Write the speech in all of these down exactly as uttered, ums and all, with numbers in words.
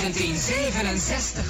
negentien zevenenzestig.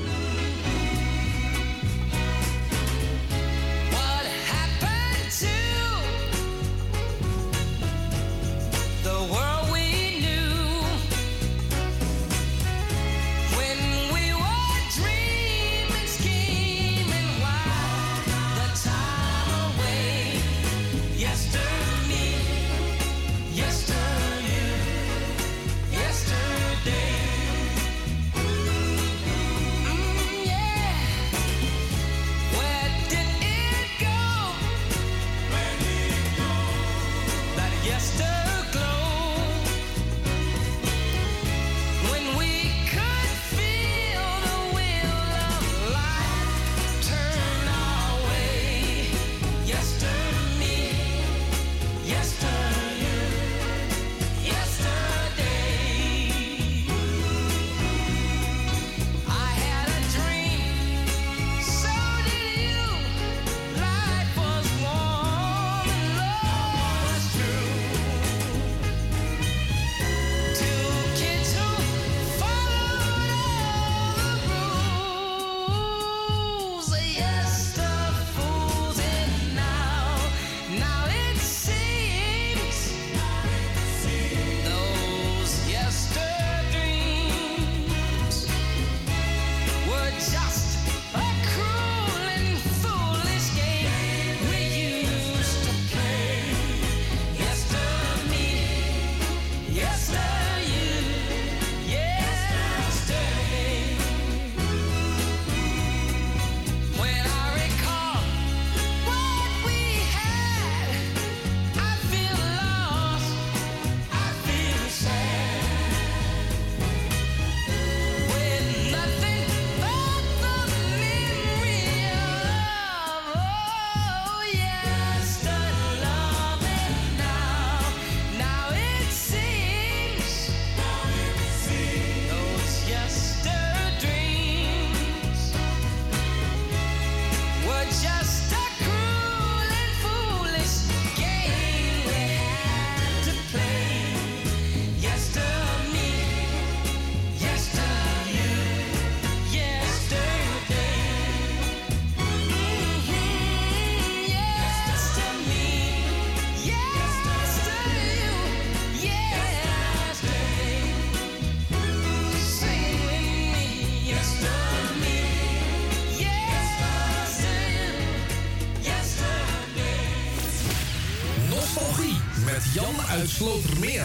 Slotermeer.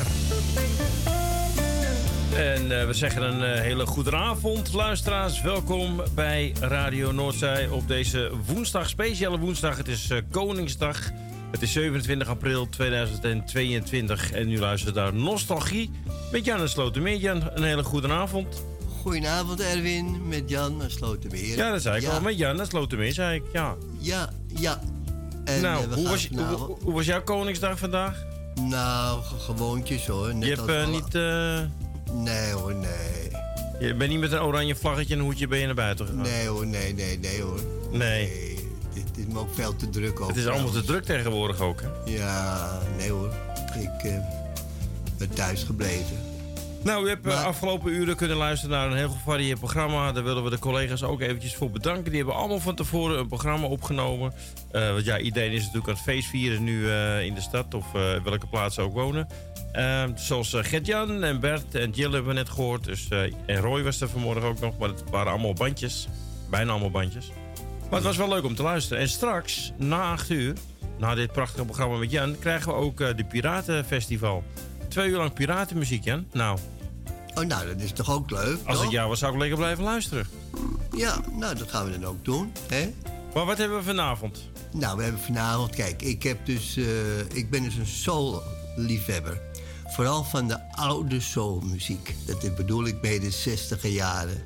En uh, we zeggen een uh, hele goede avond, luisteraars. Welkom bij Radio Noordzij op deze woensdag, speciale woensdag. Het is uh, Koningsdag. Het is zevenentwintig april tweeduizend tweeëntwintig. En u luistert naar Nostalgie met Jan en Slotermeer. Jan, een hele goede avond. Goedenavond, Erwin, met Jan en Slotermeer. Ja, dat zei ik ja. al. Met Jan en Slotermeer, zei ik, ja. Ja, ja. En, nou, uh, hoe, was, nou hoe, hoe was jouw Koningsdag vandaag? Nou, gewoontjes hoor. Net je hebt uh, niet... Uh... Nee hoor, nee. Je bent niet met een oranje vlaggetje en een hoedje ben je naar buiten gegaan? Nee hoor, nee, nee, nee hoor. Nee. nee. Het is me ook veel te druk ook. Het is allemaal te druk tegenwoordig ook, hè? Ja, nee hoor. Ik uh, ben thuis gebleven. Nou, u hebt maar... afgelopen uren kunnen luisteren naar een heel gevarieerd programma. Daar willen we de collega's ook eventjes voor bedanken. Die hebben allemaal van tevoren een programma opgenomen. Uh, want ja, iedereen is natuurlijk aan het feestvieren nu uh, in de stad of uh, welke plaats ze ook wonen. Uh, zoals uh, Gert-Jan en Bert en Jill hebben we net gehoord. Dus, uh, en Roy was er vanmorgen ook nog. Maar het waren allemaal bandjes. Bijna allemaal bandjes. Maar het was wel leuk om te luisteren. En straks, na acht uur, na dit prachtige programma met Jan, krijgen we ook uh, de Piratenfestival. Twee uur lang piratenmuziek, Jan. Nou... Oh, nou, dat is toch ook leuk, Als toch? ik jou was, zou ik lekker blijven luisteren. Ja, nou, dat gaan we dan ook doen, hè? Maar wat hebben we vanavond? Nou, we hebben vanavond... Kijk, ik, heb dus, uh, ik ben dus een soul-liefhebber. Vooral van de oude soulmuziek. Dat bedoel ik bij de zestiger jaren.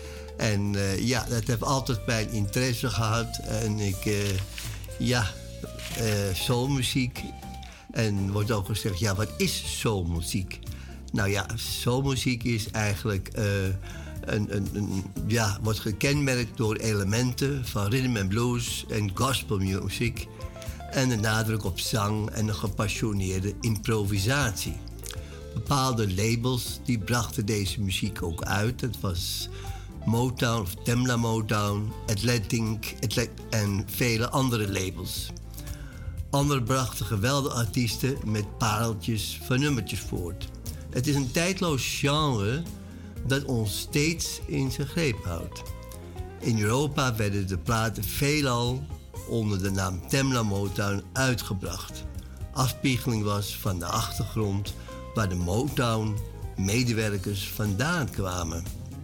En uh, ja, dat heeft altijd mijn interesse gehad. En ik... Uh, ja, uh, soulmuziek. En wordt ook gezegd, ja, wat is soulmuziek? Nou ja, soulmuziek is eigenlijk uh, een, een, een, ja, wordt gekenmerkt door elementen van rhythm and blues en gospelmuziek en een nadruk op zang en een gepassioneerde improvisatie. bepaalde labels die brachten deze muziek ook uit. Het was Motown of Temla Motown, Atlantic Atl- en vele andere labels. Anderen brachten geweldige artiesten met pareltjes van nummertjes voort. Het is een tijdloos genre dat ons steeds in zijn greep houdt. In Europa werden de platen veelal onder de naam Temla Motown uitgebracht. Afspiegeling was van de achtergrond waar de Motown-medewerkers vandaan kwamen.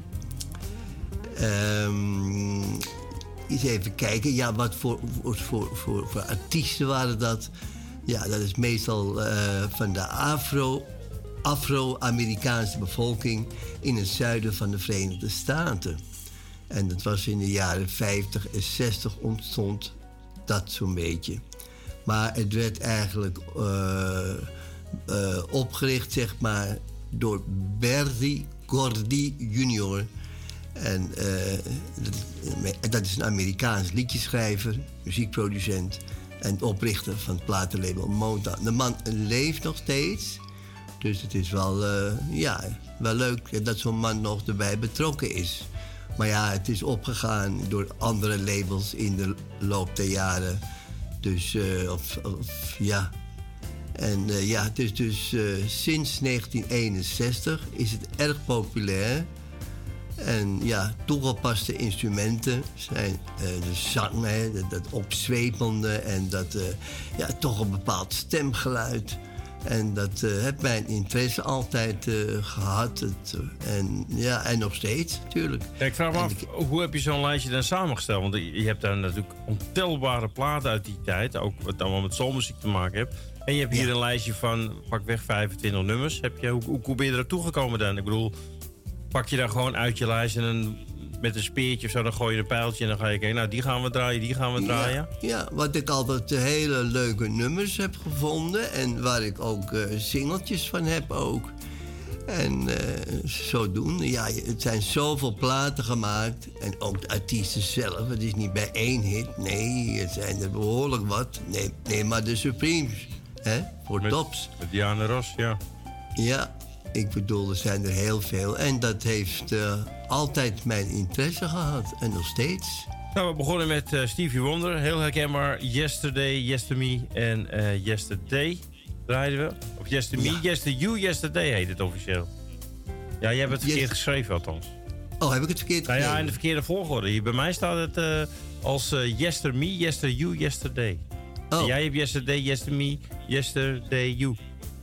Um, eens even kijken, ja, wat voor, voor, voor, voor, voor artiesten waren dat? Ja, dat is meestal uh, van de Afro, Afro-Amerikaanse bevolking in het zuiden van de Verenigde Staten. En dat was in de jaren vijftig en zestig ontstond dat zo'n beetje. Maar het werd eigenlijk uh, uh, opgericht, zeg maar, door Berry Gordy junior En uh, dat is een Amerikaans liedjeschrijver, muziekproducent en oprichter van het platenlabel Motown. De man leeft nog steeds, dus het is wel, uh, ja, wel leuk dat zo'n man nog erbij betrokken is. Maar ja, het is opgegaan door andere labels in de loop der jaren. Dus, uh, of, of ja. En uh, ja, het is dus uh, sinds negentien eenenzestig is het erg populair. En ja, toegepaste instrumenten zijn uh, de zang, hè, dat, dat opzwepelde en dat uh, ja, toch een bepaald stemgeluid. En dat uh, heeft mijn interesse altijd uh, gehad. Het, uh, en, ja, en nog steeds, natuurlijk. Ja, ik vraag me af, ik... hoe heb je zo'n lijstje dan samengesteld? Want je hebt daar natuurlijk ontelbare platen uit die tijd. Ook wat dan wel met soulmuziek te maken heeft. En je hebt hier ja. een lijstje van pakweg vijfentwintig nummers. Heb je, hoe, hoe ben je er naartoe gekomen dan? Ik bedoel, pak je daar gewoon uit je lijst en een, met een speertje of zo, dan gooi je een pijltje en dan ga je kijken, nou die gaan we draaien, die gaan we draaien. Ja, ja, wat ik altijd hele leuke nummers heb gevonden en waar ik ook uh, singeltjes van heb ook. En uh, zodoende, ja, het zijn zoveel platen gemaakt en ook de artiesten zelf. Het is niet bij één hit, nee, het zijn er behoorlijk wat. Nee, nee maar de Supremes, hè, voor met, tops. Met Diana Ross, ja. Ja. Ik bedoel, er zijn er heel veel. En dat heeft uh, altijd mijn interesse gehad. En nog steeds. Nou, we begonnen met uh, Stevie Wonder. Heel herkenbaar. Yesterday, Yesterme en uh, Yesterday draaiden we. Of Yesterme, ja. Yester You, Yesterday heet het officieel. Ja, jij hebt het verkeerd Yes- geschreven althans. Oh, heb ik het verkeerd nou, geschreven? Ja, in de verkeerde volgorde. Hier bij mij staat het uh, als uh, Yesterme, Yester You, Yesterday. Oh. En jij hebt Yesterday, Yesterme, Yesterday You.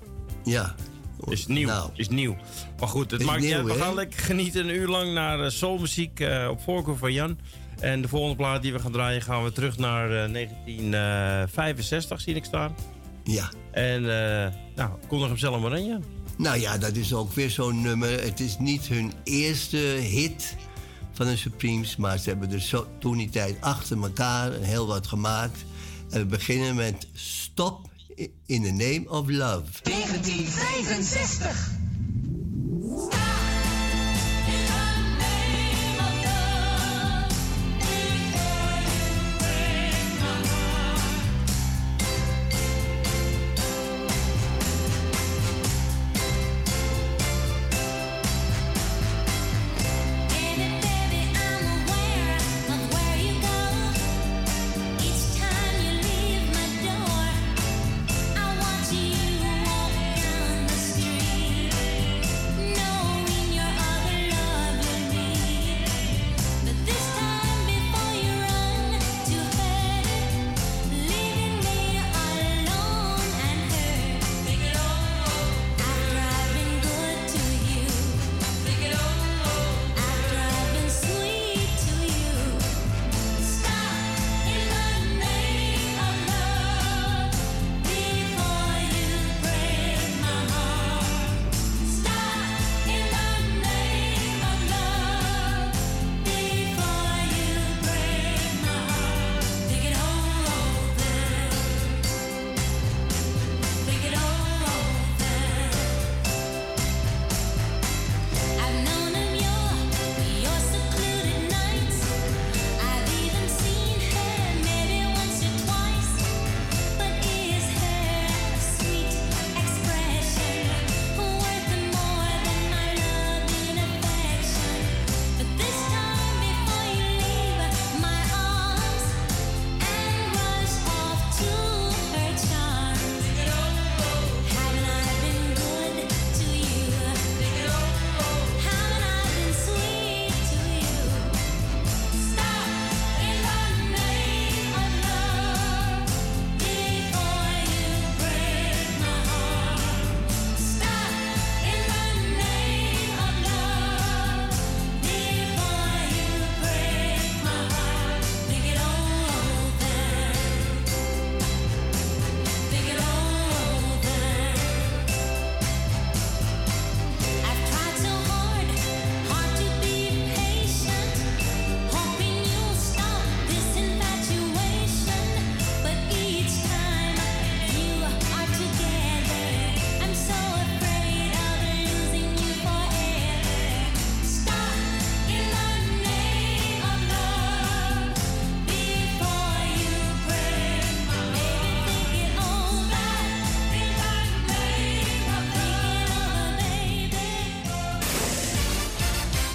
Ja. Is nieuw, nou. is nieuw. Maar goed, het is maakt niet uit. We hè? gaan lekker genieten een uur lang naar uh, soulmuziek uh, op voorkeur van Jan. En de volgende plaat die we gaan draaien gaan we terug naar uh, negentien vijfenzestig, zie ik staan. Ja. En uh, nou, kom nog hem zelf maar in, Jan. Nou ja, dat is ook weer zo'n nummer. Het is niet hun eerste hit van de Supremes, maar ze hebben er zo, toen die tijd achter elkaar heel wat gemaakt. En we beginnen met Stop in the Name of Love. negentien vijfenzestig. I want you to walk down the street.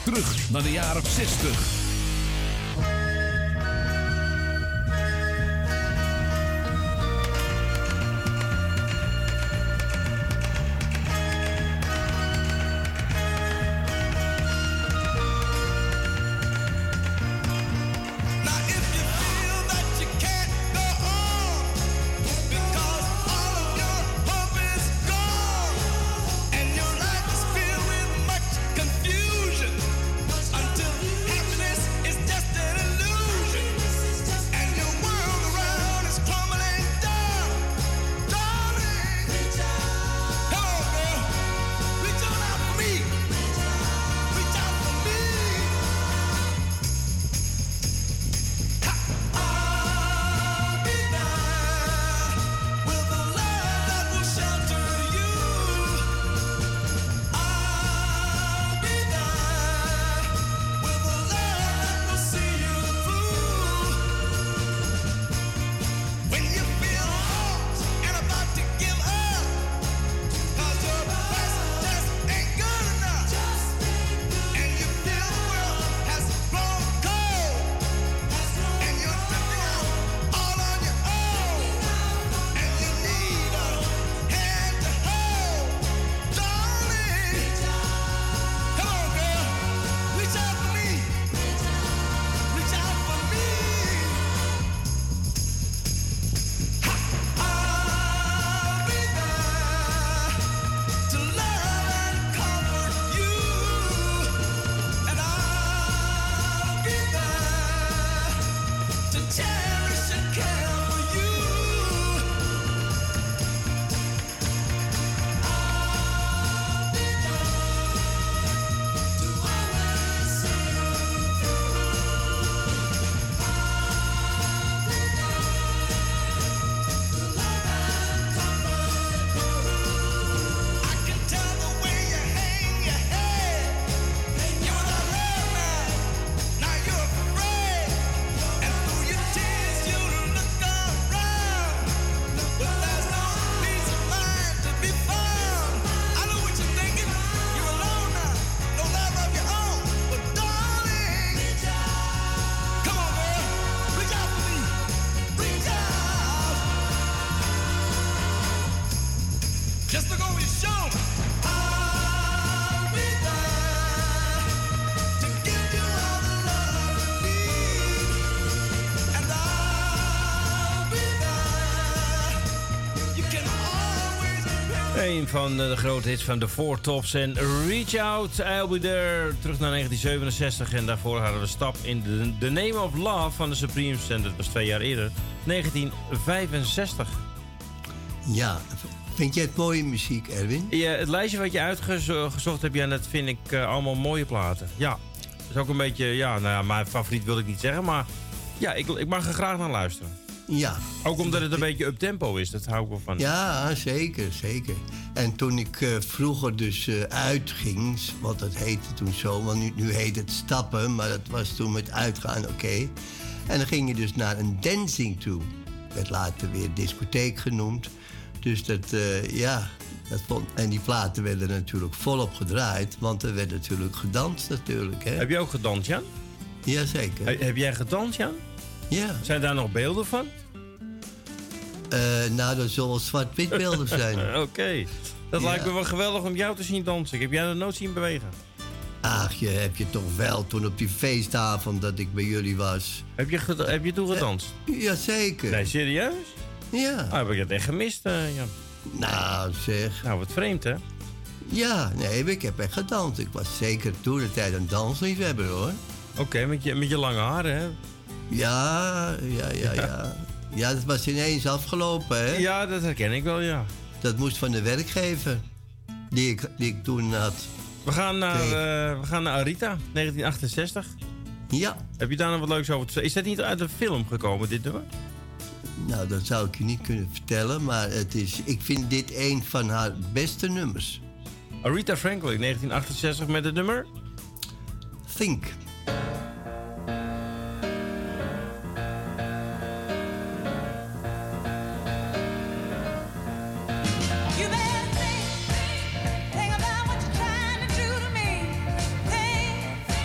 Terug naar de jaren zestig. Een van de grote hits van de Four Tops en Reach Out, I'll Be There. Terug naar negentien zevenenzestig en daarvoor hadden we Stap in the, the Name of Love van de Supremes. En dat was twee jaar eerder, negentien vijfenzestig. Ja, vind jij het mooie muziek, Erwin? Ja, het lijstje wat je uitgezocht hebt, ja, dat vind ik uh, allemaal mooie platen. Ja, dat is ook een beetje, ja, nou ja, mijn favoriet wil ik niet zeggen, maar ja, ik, ik mag er graag naar luisteren. Ja. Ook omdat het een beetje up-tempo is, dat hou ik wel van. Ja, zeker, zeker. En toen ik uh, vroeger dus uh, uitging, want dat heette toen zo, want nu, nu heet het stappen, maar dat was toen met uitgaan, oké. Okay. En dan ging je dus naar een dancing toe. Werd later weer discotheek genoemd. Dus dat, uh, ja, dat vond, en die platen werden natuurlijk volop gedraaid, want er werd natuurlijk gedanst natuurlijk. Hè? Heb je ook gedanst, Jan? Jazeker. He, heb jij gedanst, Jan? Ja. Zijn daar nog beelden van? Uh, nou, er zullen zwart-wit beelden zijn. Oké. Okay. Dat ja. lijkt me wel geweldig om jou te zien dansen. Ik heb jij nog nooit zien bewegen. Ach, je heb je toch wel toen op die feestavond dat ik bij jullie was. Heb je, geda- heb je toen gedanst? Uh, Jazeker. Nee, serieus? Ja. Ah, heb ik het echt gemist, uh, Jan? Nou, zeg. Nou, wat vreemd, hè? Ja, nee, ik heb echt gedanst. Ik was zeker toen de tijd een dansliefhebber, hoor. Oké, okay, met, je, met je lange haren, hè? Ja, ja, ja, ja. Ja, dat was ineens afgelopen, hè? Ja, dat herken ik wel, ja. Dat moest van de werkgever die ik, die ik toen had. We gaan naar, uh, we gaan naar Arita, negentien achtenzestig. Ja. Heb je daar nog wat leuks over te zeggen? Is dat niet uit een film gekomen, dit nummer? Nou, dat zou ik je niet kunnen vertellen, maar het is, ik vind dit een van haar beste nummers. Aretha Franklin, negentien achtenzestig met het nummer? Think. Think, think about what you're trying to do to me. Think,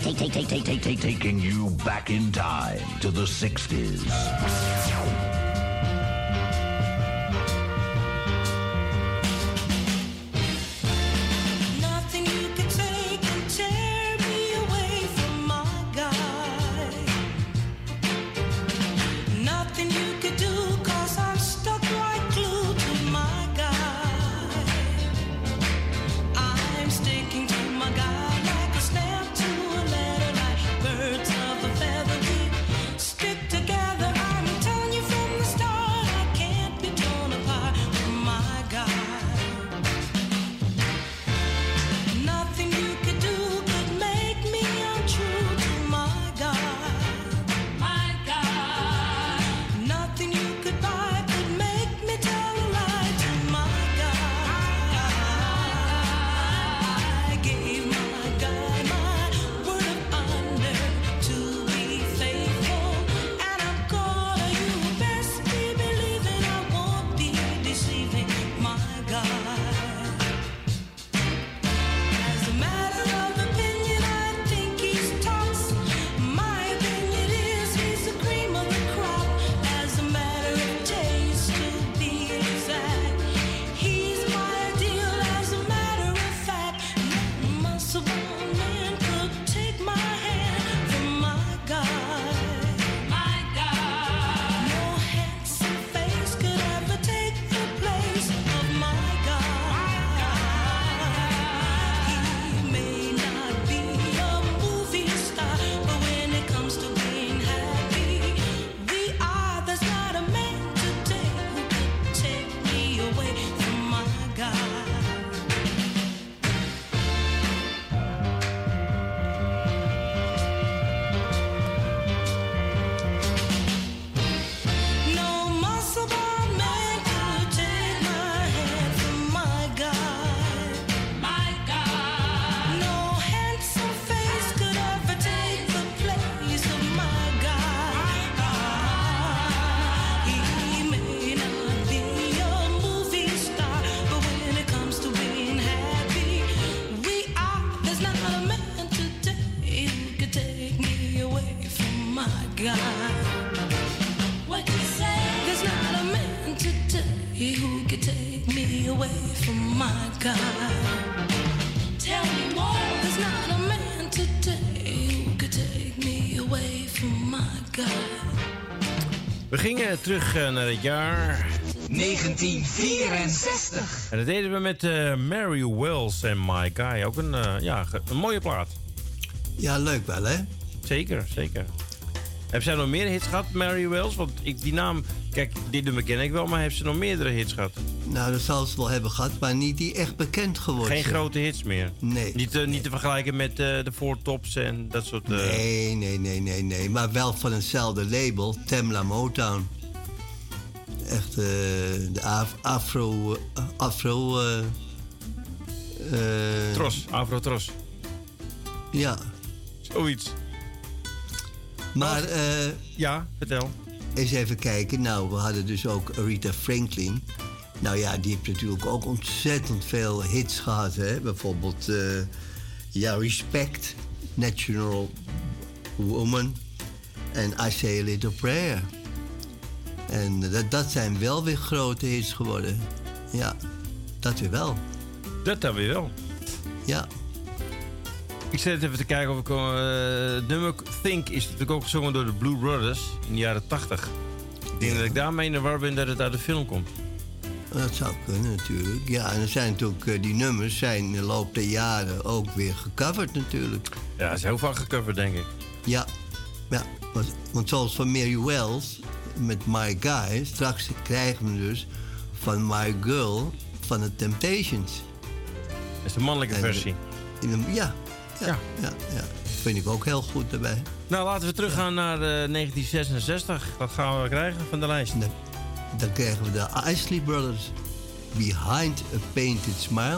Taking you back in time to the sixties. We gingen terug uh, naar het jaar negentien vierenzestig. En dat deden we met uh, Mary Wells en My Guy. Ook een, uh, ja, een mooie plaat. Ja, leuk wel, hè? Zeker, zeker. Heb zij nog meer hits gehad, Mary Wells? Want ik, die naam, kijk, dit nummer ken ik wel, maar heeft ze nog meerdere hits gehad? Nou, dat zal ze wel hebben gehad, maar niet die echt bekend geworden. Geen grote hits meer? Nee. Niet, uh, nee. niet te vergelijken met uh, de Four Tops en dat soort... Uh... Nee, nee, nee, nee, nee. Maar wel van hetzelfde label, Tamla Motown. Echt uh, de af, afro... Uh, afro... Uh, uh, Tros, Afro-Tros. Ja. Zoiets. Maar... Uh, ja, vertel. Eens even kijken. Nou, we hadden dus ook Aretha Franklin. Nou ja, die heeft natuurlijk ook ontzettend veel hits gehad. Hè? Bijvoorbeeld, uh, ja, Respect, Natural Woman en I Say a Little Prayer. En dat, dat zijn wel weer grote hits geworden. Ja, dat weer wel. Dat dan weer wel. Ja. Ik zit even te kijken of ik... Uh, het nummer Think is natuurlijk ook gezongen door de Blue Brothers in de jaren tachtig. Ik denk ja. dat ik daarmee in de war ben dat het uit de film komt. Dat zou kunnen natuurlijk. Ja, en er zijn natuurlijk, uh, die nummers zijn in de loop der jaren ook weer gecoverd natuurlijk. Ja, dat is heel vaak gecoverd, denk ik. Ja, ja want, want zoals van Mary Wells met My Guy, straks krijgen we dus van My Girl van de Temptations. Dat is de mannelijke en, versie. In, ja, ja, ja. ja, ja. Vind ik ook heel goed daarbij. Nou, laten we teruggaan ja. naar uh, negentien zesenzestig. Wat gaan we krijgen van de lijst? Dan, dan krijgen we de Isley Brothers. Behind a Painted Smile.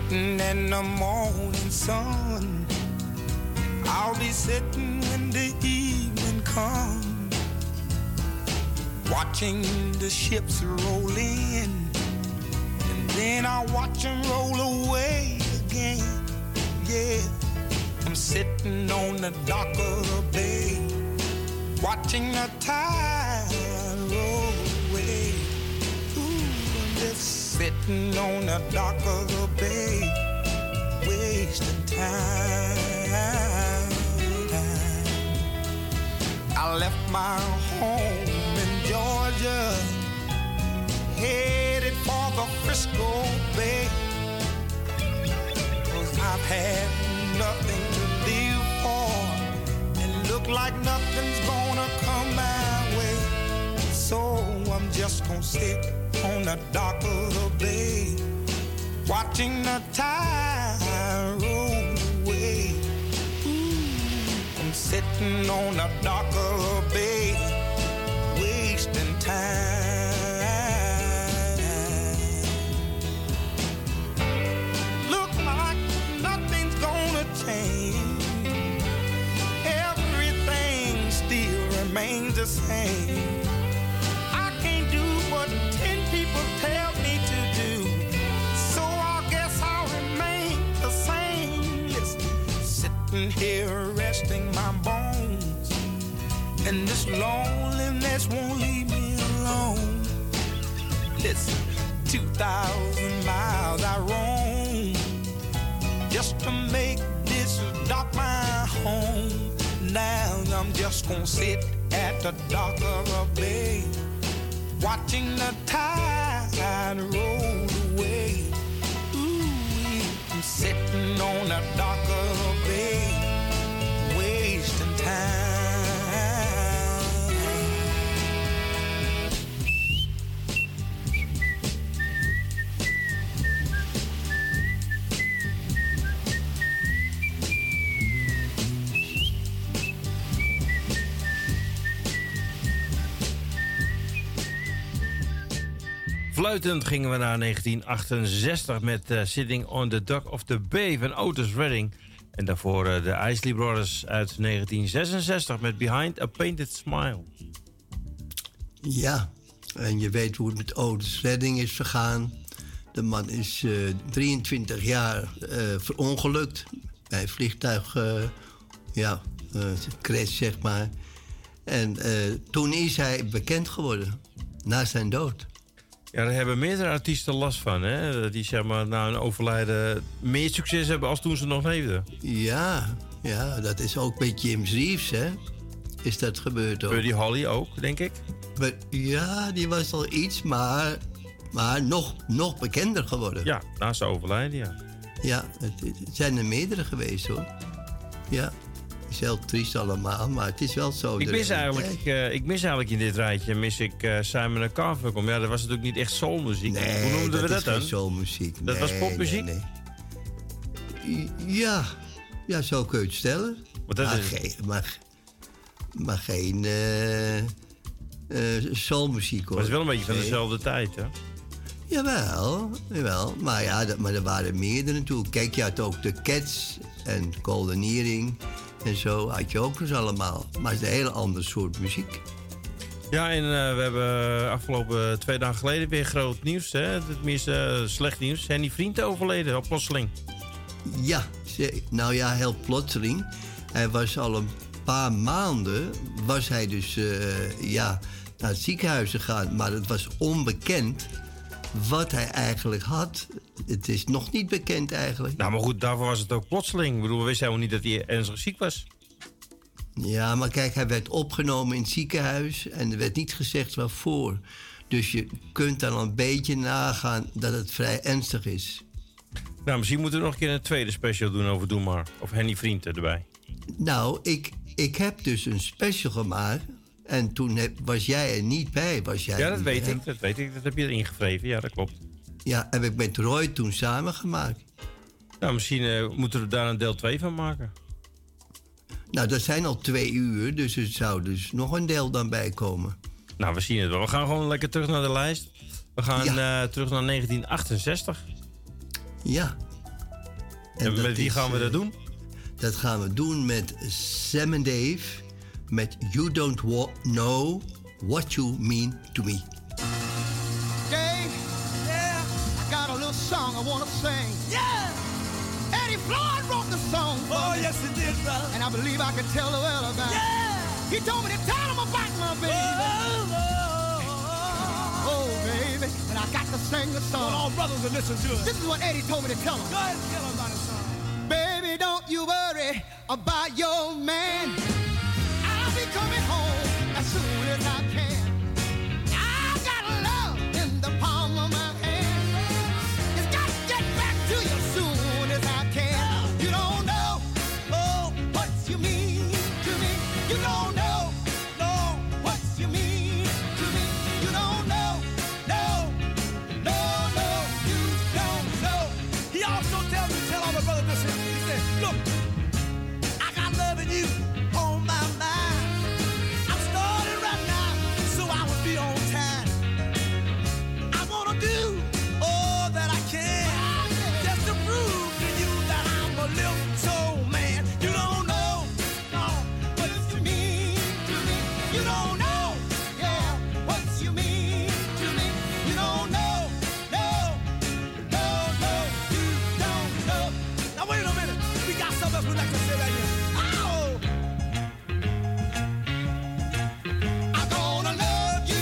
sitting in the morning sun. I'll be sitting when the evening comes, watching the ships roll in, and then I'll watch them roll away again. Yeah, I'm sitting on the dock of the bay, watching the tide roll away. Ooh, I'm just sitting on the dock of the bay, wasting time. I left my home in Georgia, headed for the Frisco Bay, 'cause I've had nothing to live for, and look like nothing's gonna come my way. So I'm just gonna sit on the dock of the bay, watching the tide roll away. Ooh, I'm sitting on the dock of the bay, wasting time. Look like nothing's gonna change, everything still remains the same. I can't do what ten people tell me to do, so I guess I'll remain the same. Listen, sitting here resting my bones, and this loneliness won't leave me alone. Listen, two thousand miles I roam just to make this dock my home. Now I'm just gonna sit at the dock of a bay, watching the tide roll away. Ooh, I'm sitting on the dock of a bay, wasting time. Fluitend gingen we naar negentien achtenzestig met uh, Sitting on the Dock of the Bay van Otis Redding. En daarvoor uh, de Isley Brothers uit negentien zesenzestig met Behind a Painted Smile. Ja, en je weet hoe het met Otis Redding is vergaan. De man is uh, drieëntwintig jaar uh, verongelukt bij een vliegtuig, uh, ja, uh, crash zeg maar. En uh, toen is hij bekend geworden, na zijn dood. Ja, daar hebben meerdere artiesten last van, hè? Die zeg maar na een overlijden meer succes hebben als toen ze nog leefden. Ja, ja, dat is ook bij James Reeves, hè? Is dat gebeurd ook. Buddy Holly ook, denk ik. Maar, ja, die was al iets, maar, maar nog, nog bekender geworden. Ja, na zijn overlijden, ja. Ja, het, het zijn er meerdere geweest, hoor. Ja. Het is heel triest allemaal, maar het is wel zo. Ik mis, eigenlijk, uh, ik mis eigenlijk in dit rijtje mis ik uh, Simon en Garfunkel. Ja, dat was natuurlijk niet echt soulmuziek. Nee, hoe noemden dat we dat is dan? Geen soulmuziek. Dat nee, was popmuziek? Nee, nee. Ja, ja, zo kun je het stellen. Maar, dat maar, is... geen, maar, maar geen uh, uh, soulmuziek, hoor. Maar het is wel een beetje van nee. dezelfde tijd, hè? Jawel, jawel. Maar ja, dat, maar er waren meerdere natuurlijk. Kijk, je had ook de Cats en Golden Earring en zo had je ook eens allemaal. Maar het is een hele ander soort muziek. Ja, en uh, we hebben afgelopen twee dagen geleden weer groot nieuws, hè? Tenminste, uh, slecht nieuws. Henny Vriend overleden, op plotseling. Ja, ze, nou ja, heel plotseling. Hij was al een paar maanden, was hij dus uh, ja, naar het ziekenhuis gegaan. Maar het was onbekend wat hij eigenlijk had. Het is nog niet bekend eigenlijk. Nou, maar goed, daarvoor was het ook plotseling. Ik bedoel, we wisten helemaal niet dat hij ernstig ziek was. Ja, maar kijk, hij werd opgenomen in het ziekenhuis en er werd niet gezegd waarvoor. Dus je kunt dan een beetje nagaan dat het vrij ernstig is. Nou, misschien moeten we nog een keer een tweede special doen over Doe Maar. Of Henny Vriend erbij. Nou, ik, ik heb dus een special gemaakt. En toen heb, was jij er niet bij. Was jij ja, dat niet, weet hè? ik. Dat weet ik. Dat heb je erin gevreven. Ja, dat klopt. Ja, heb ik met Roy toen samen gemaakt. Nou, misschien uh, moeten we daar een deel twee van maken. Nou, dat zijn al twee uur. Dus er zou dus nog een deel dan bij komen. Nou, we zien het wel. We gaan gewoon lekker terug naar de lijst. We gaan ja. uh, terug naar negentien achtenzestig. Ja. En, en met wie is, gaan we dat doen? Dat gaan we doen met Sam and Dave. Met You Don't Know What You Mean To Me. Dave, yeah, I got a little song I want to sing. Yeah! Eddie Floyd wrote the song for Oh, me. yes, he did, brother. And I believe I can tell the well about it. Yeah! He told me to tell him about my baby. Oh, oh, oh, oh, baby. And I got to sing the song. Well, all brothers will listen to it. This is what Eddie told me to tell him. Go ahead and tell him about his song. Baby, don't you worry about your man. I'll be coming home as soon as I can. I've got love in the palm of my hand. It's got to get back to you soon as I can. You don't know, oh, what you mean to me. You don't know, no, what you mean to me. You don't know, no, no, no, you don't know. He also tells me, tell all the brothers this. He said, look, I got love in you on my mind. I'm starting right now, so I will be on time. I wanna do all that I can, just to prove to you that I'm a little soul man. You don't know, no, what you mean to me. You don't know, Yeah, what you mean to me. You don't know, no, no, no, you don't know. now wait a minute. We got something else we'd like to say right here. Oh, I'm gonna love you,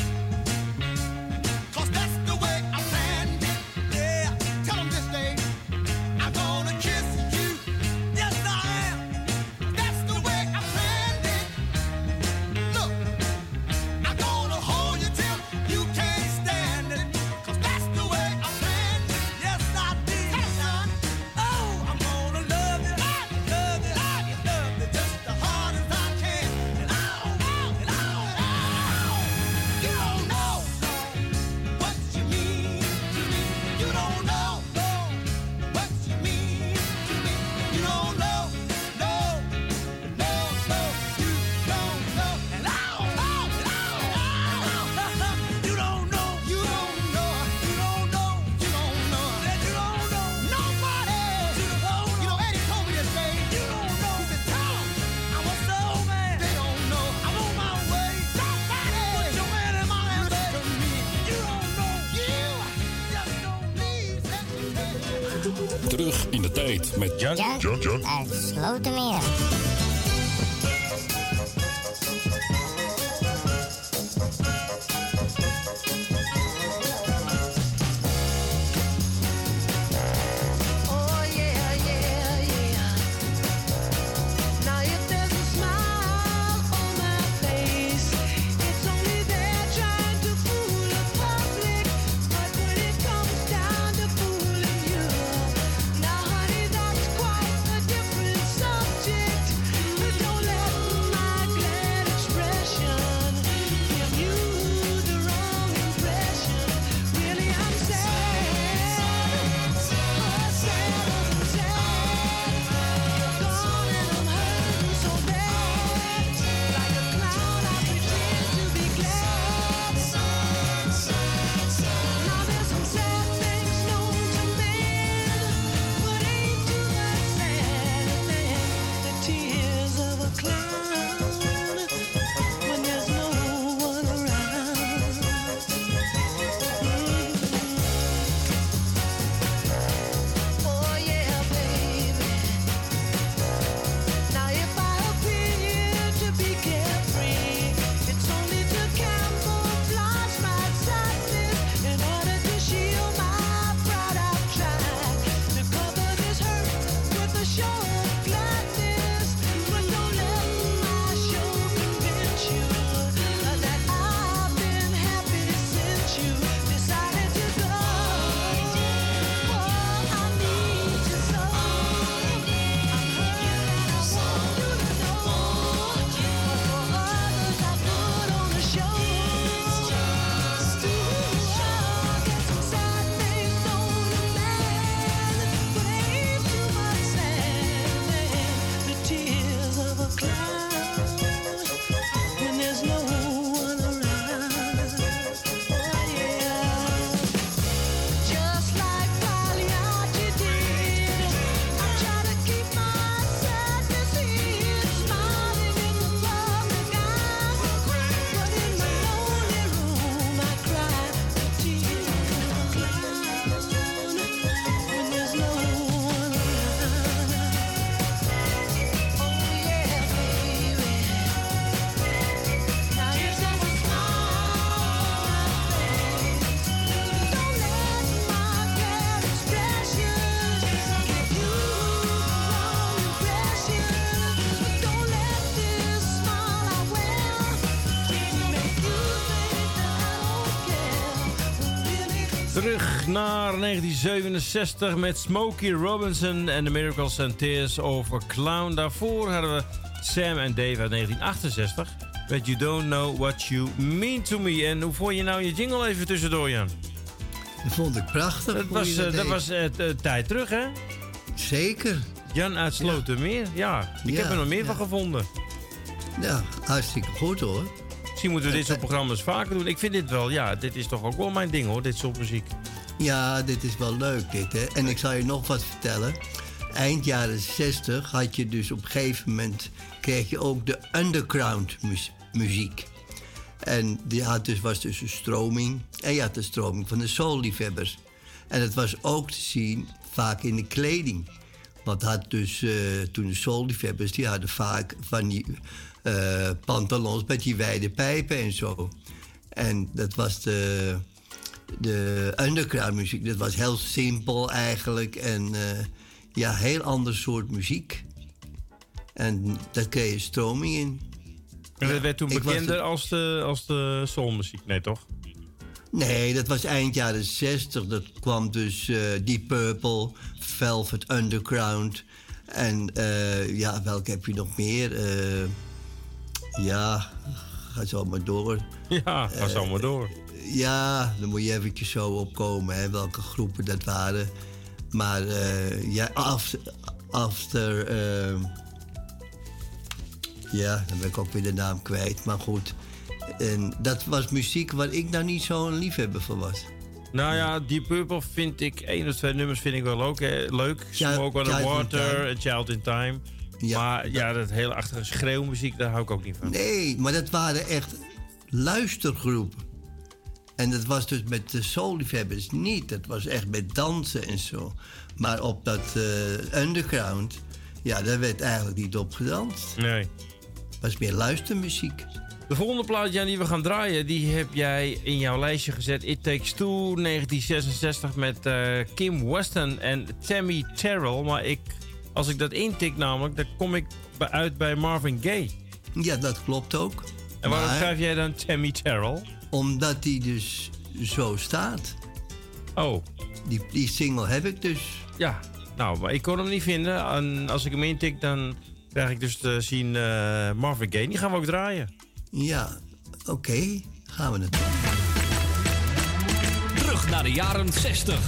'cause that's the way I planned it. yeah, Tell 'em this day, I'm gonna kiss you. yes I am. That's the way I planned it. Look, I'm gonna hold you till you can't stand it, 'cause that's the way I planned it. Yes, I did. Hey, son, Oh, I'm gonna love you, love you, love you, love you just the hard as I can. and oh, and oh, You don't know what you mean to me. You don't know what you mean to me. You don't know, no, no, no, you don't know. and oh, and oh, you don't know, You don't know, you don't know, you don't know. that you don't know, Nobody. you don't You know, know, Eddie told me to say, you don't know. he said, tell 'em I'm a soul man. they don't know. I'm on my way. Somebody Put your hand in my hand, listen to baby. me. You don't know, You just don't know. please let me tell you. Terug in de tijd met Jan. John, John. uit Slotermeer. Oh yeah, yeah, yeah. Now if there's a smile on my face, it's only there trying to fool the public. But when it comes down to fooling you, now honey, that's quite a different subject. Terug naar negentien zevenenzestig met Smokey Robinson en The Miracles and Tears of a Clown. Daarvoor hadden we Sam en Dave uit negentien achtenzestig met You Don't Know What You Mean To Me. En hoe vond je nou je jingle even tussendoor, Jan? Dat vond ik prachtig. Dat was, dat uh, dat was uh, t- tijd terug, hè? Zeker. Jan uit Slotermeer, ja. Ik Ja, heb er nog meer ja. van gevonden. Ja, hartstikke goed hoor. Misschien moeten we dit soort programma's vaker doen. Ik vind dit wel, ja, dit is toch ook wel mijn ding hoor, dit soort muziek. Ja, dit is wel leuk dit hè. En ik zal je nog wat vertellen. Eind jaren zestig had je dus op een gegeven moment... kreeg je ook de underground mu- muziek. En die had dus, was dus een stroming. En je had de stroming van de soulliefhebbers. En het was ook te zien vaak in de kleding. Want had dus, uh, toen de soulliefhebbers... die hadden vaak van die uh, pantalons met die wijde pijpen en zo. En dat was de... de underground muziek, dat was heel simpel eigenlijk. En uh, ja, heel ander soort muziek. En daar kreeg je stroming in. En dat werd toen ik was bekender het- als de, als de soulmuziek, nee toch? Nee, dat was eind jaren zestig. Dat kwam dus uh, Deep Purple, Velvet Underground. En uh, ja, welke heb je nog meer? Uh, ja, ga zo maar door. Ja, ga zo maar door. Ja, dan moet je eventjes zo opkomen, hè, welke groepen dat waren. Maar uh, ja, after... after uh, ja, dan ben ik ook weer de naam kwijt, maar goed. En dat was muziek waar ik nou niet zo'n liefhebber van was. Nou ja, Deep Purple vind ik, één of twee nummers vind ik wel ook, hè, leuk. Ja, Smoke on the Child in Water Time. en Child in Time. Ja, maar ja, dat hele achtige schreeuwmuziek, daar hou ik ook niet van. Nee, maar dat waren echt luistergroepen. En dat was dus met de soulliefhebbers niet. Dat was echt met dansen en zo. Maar op dat uh, underground, ja, daar werd eigenlijk niet op gedanst. Nee. Het was meer luistermuziek. De volgende plaat, Jan, die we gaan draaien, die heb jij in jouw lijstje gezet. It Takes Two, negentien zesenzestig met uh, Kim Weston en Tammy Terrell. Maar ik, als ik dat intik namelijk, dan kom ik bij- uit bij Marvin Gaye. Ja, dat klopt ook. En waarom Maar- schrijf jij dan Tammy Terrell? Omdat die dus zo staat. Oh. Die, die single heb ik dus. Ja, nou, maar ik kon hem niet vinden. En als ik hem intik, dan krijg ik dus te zien uh, Marvin Gaye. Die gaan we ook draaien. Ja, oké. Okay. Gaan we het doen. Terug naar de jaren zestig.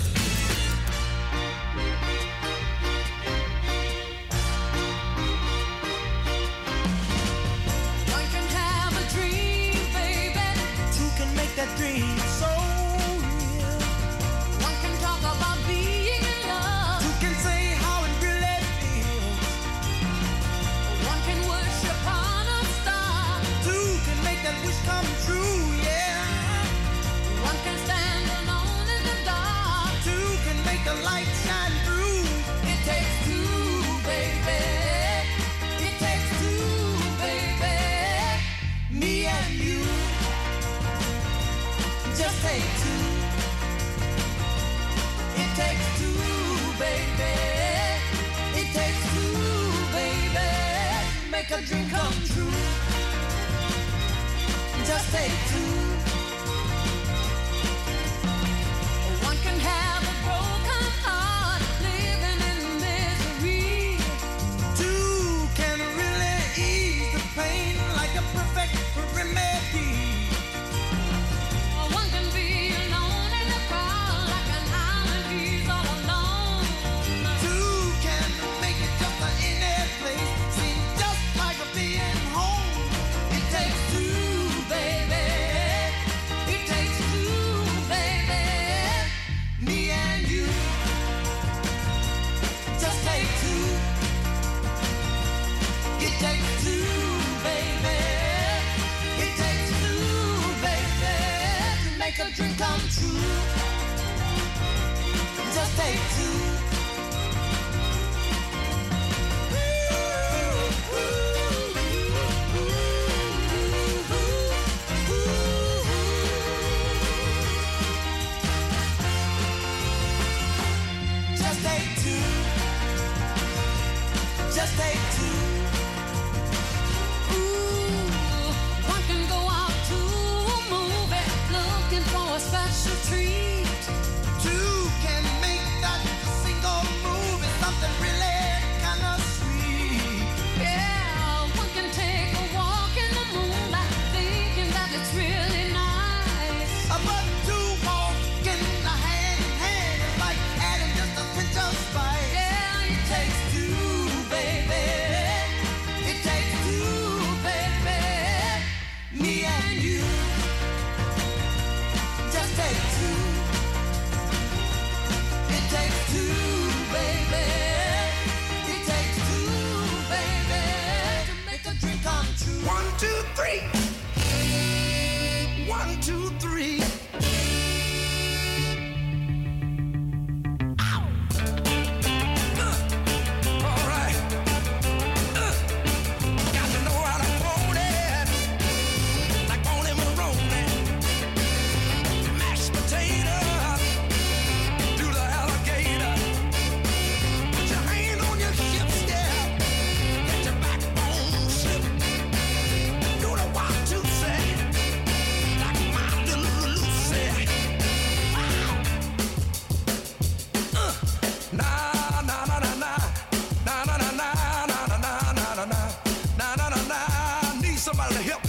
One can have a dream, baby. Two can make that dream so real. One can talk about being in love. Two can say how it really feels. One can worship on a star. Two can make that wish come true, yeah. One can stand alone in the dark. Two can make the light shine through. It takes two, baby. It takes two, baby. Me and you. Just take two. It takes two, baby. It takes two, baby. Make a dream come true. Just take two. One can have a broken heart, living in misery. Two can really ease the pain like a perfect remedy. One can be alone in the crowd like an island, he's all alone. Two can make it just a any place, seem just like a being home. It takes two, baby. It takes two, baby. Me and you. Just take two. It takes two, baby. It takes two, baby, to make a dream come true. Just take two. Just take two. Just take two. Ooh, one can go out to a movie looking for a special treat.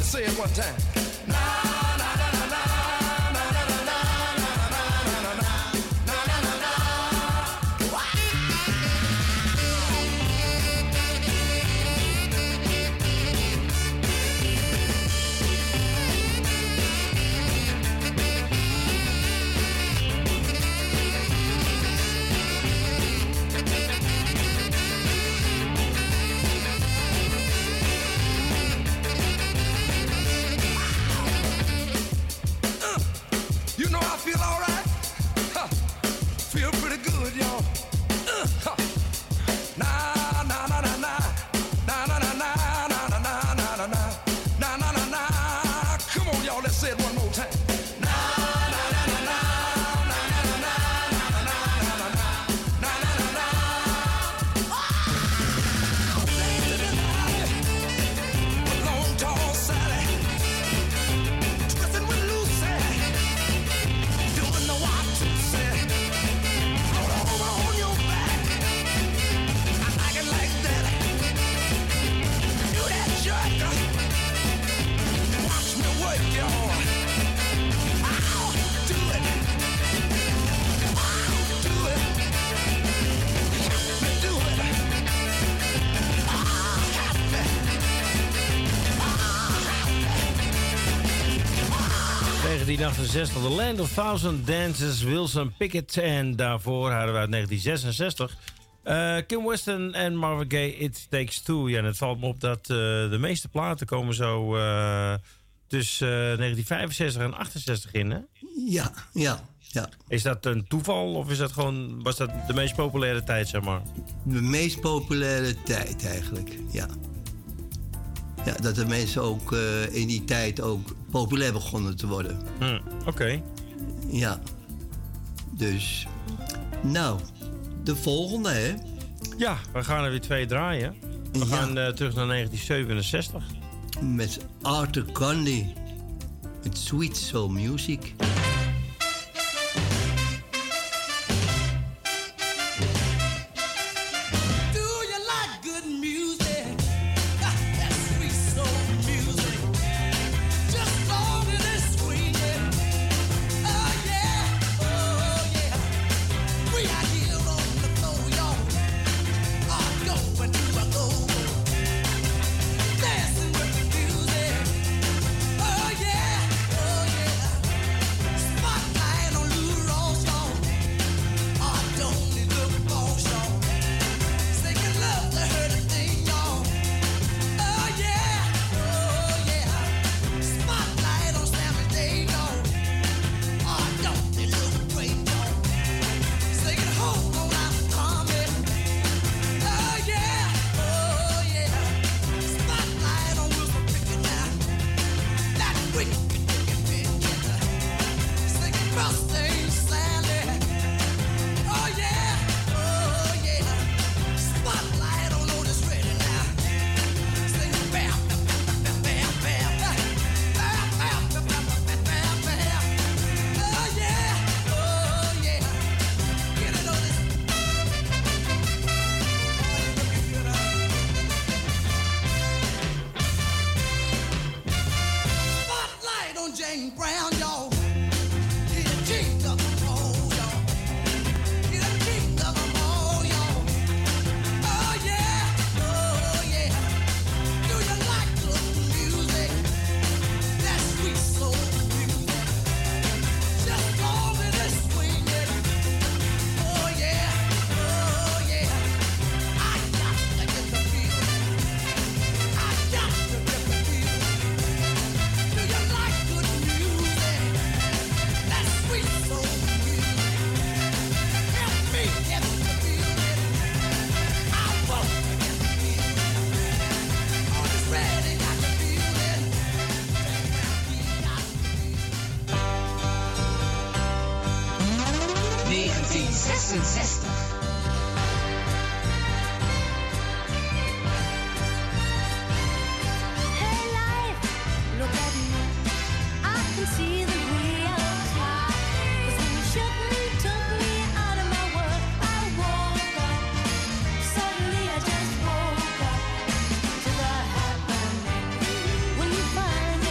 Let's say it one time. Na na na na na. negentien achtenzestig, The Land of Thousand Dances, Wilson Pickett. En daarvoor hadden we uit negentien zesenzestig uh, Kim Weston en Marvin Gaye, It Takes Two. Ja, en het valt me op dat uh, de meeste platen komen zo uh, tussen uh, negentien vijfenzestig en achtenzestig in, hè? Ja, ja, ja. Is dat een toeval of is dat gewoon, was dat de meest populaire tijd, zeg maar? De meest populaire tijd eigenlijk, ja. Ja, dat de mensen ook uh, in die tijd ook populair begonnen te worden. Hmm, Oké. Okay. Ja. Dus, nou, de volgende, hè? Ja, we gaan er weer twee draaien. We ja. gaan uh, terug naar negentien zevenenzestig. Met Arthur Conley. Met Sweet Soul Music. When you find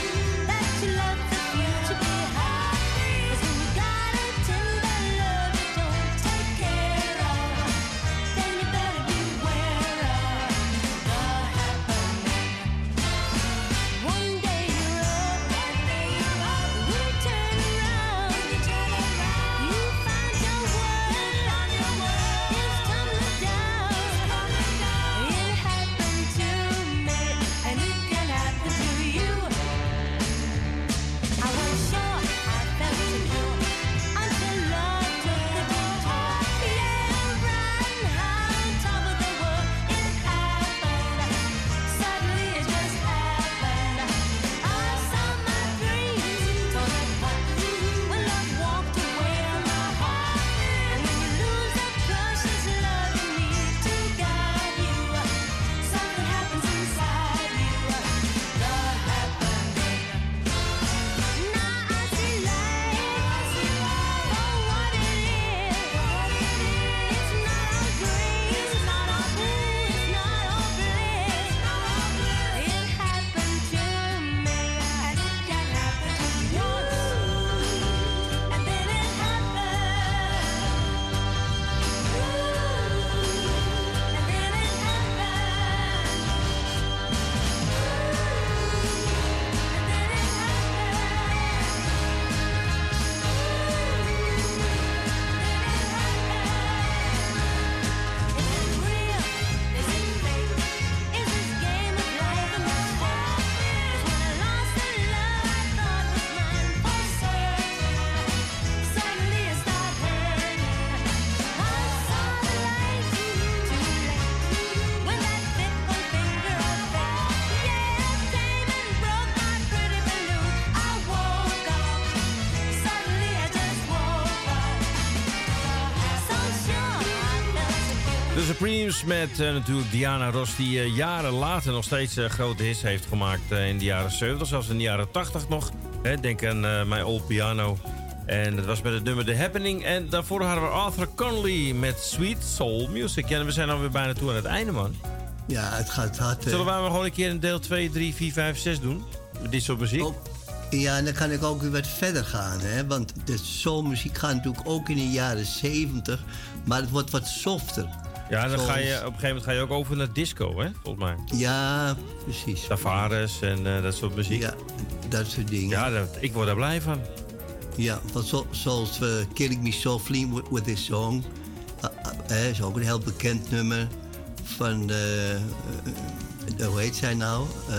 Supremes met uh, natuurlijk Diana Ross, die uh, jaren later nog steeds uh, grote hits heeft gemaakt uh, in de jaren zeventig, zelfs in de jaren tachtig nog. Hè, denk aan uh, My Old Piano. En dat was met het nummer The Happening. En daarvoor hadden we Arthur Conley met Sweet Soul Music. Ja, en we zijn alweer bijna toe aan het einde, man. Ja, het gaat hard. Zullen wij maar gewoon een keer een deel twee, drie, vier, vijf, zes doen? Met dit soort muziek? Oh, ja, en dan kan ik ook weer wat verder gaan, hè. Want de soulmuziek gaat natuurlijk ook in de jaren zeventig. Maar het wordt wat softer. Ja, dan Zoals... ga je, op een gegeven moment ga je ook over naar disco, hè? Volgens mij. Ja, precies. Tavares en uh, dat soort muziek. Ja, dat soort dingen. Ja, dat, ik word daar blij van. Ja, want zo, zoals uh, Killing Me Softly with, with This Song. Uh, uh, is ook een heel bekend nummer van, uh, uh, hoe heet zij nou? Uh,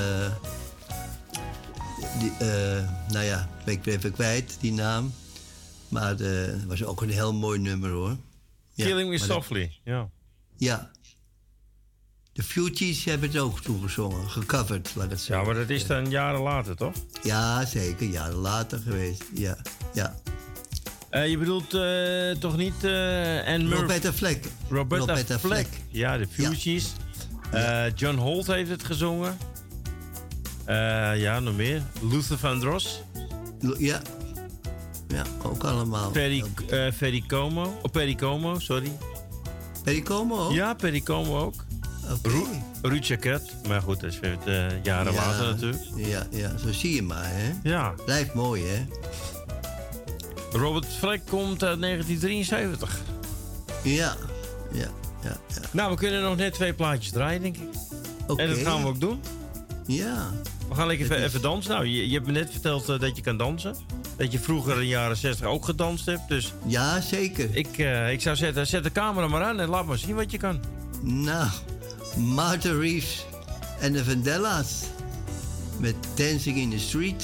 die, uh, nou ja, ben ik even kwijt, die naam. Maar het uh, was ook een heel mooi nummer, hoor. Ja, Killing Me dat, Softly, ja. Ja. De Fugees hebben het ook toegezongen, gecoverd, laat ik het zeggen. Ja, maar dat is dan jaren later, toch? Ja, zeker, jaren later geweest, ja, ja. Uh, je bedoelt uh, toch niet uh, Anne Murphy? Roberta Fleck. Roberta, Roberta Fleck. Fleck. Ja, de Fugees. Ja. Uh, John Holt heeft het gezongen. Uh, ja, nog meer. Luther Vandross. Ja. Ja, ook allemaal. Perry, uh, Perry Como. Oh, Perry Como, sorry. Perry Como ook? Ja, Perry Como ook. Okay. Ru Ruud Jacquet. Maar goed, dat is weer uh, jaren ja, later natuurlijk. Ja, ja, zo zie je maar, hè. Ja. Blijft mooi, hè. Robert Fleck komt uit negentien drieënzeventig. Ja, ja, ja, ja. Nou, we kunnen nog net twee plaatjes draaien, denk ik. Okay. En dat gaan we ook doen. Ja. We gaan lekker even, is... even dansen. Nou, je, je hebt me net verteld uh, dat je kan dansen. Dat je vroeger in de jaren zestig ook gedanst hebt. Dus ja, zeker. Ik, uh, ik zou zetten, zet de camera maar aan en laat maar zien wat je kan. Nou, Martha Reeves en de Vandellas met Dancing in the Street.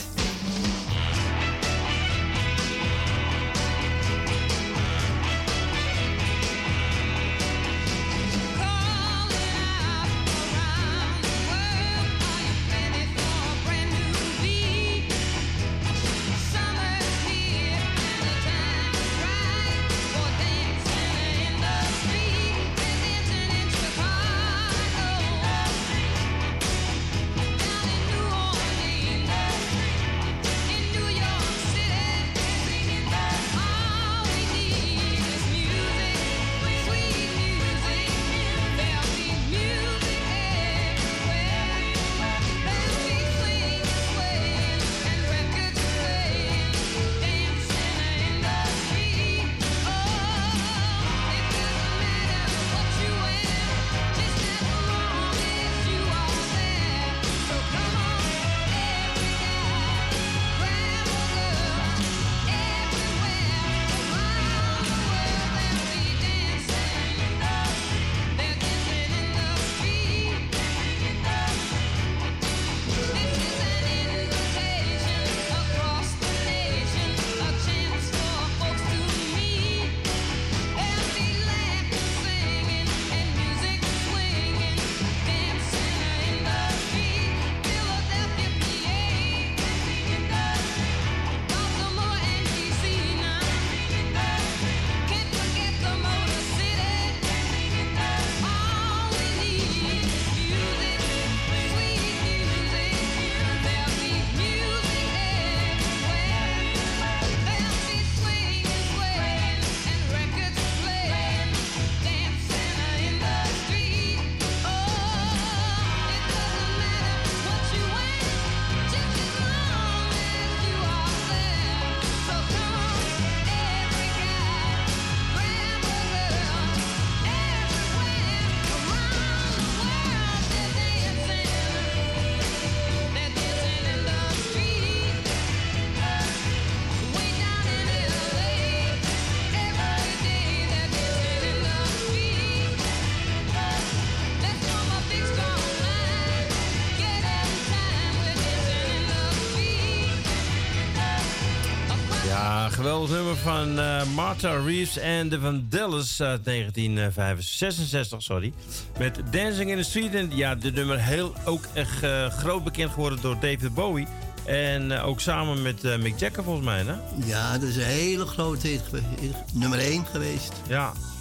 Geweldig nummer van uh, Martha Reeves en de Vandellas uit negentien zesenzestig, sorry. Met Dancing in the Street. En ja, dit nummer heel ook echt uh, groot bekend geworden door David Bowie. En uh, ook samen met uh, Mick Jagger volgens mij, hè? Ja, dat is een hele grote hit, nummer één geweest. Ja.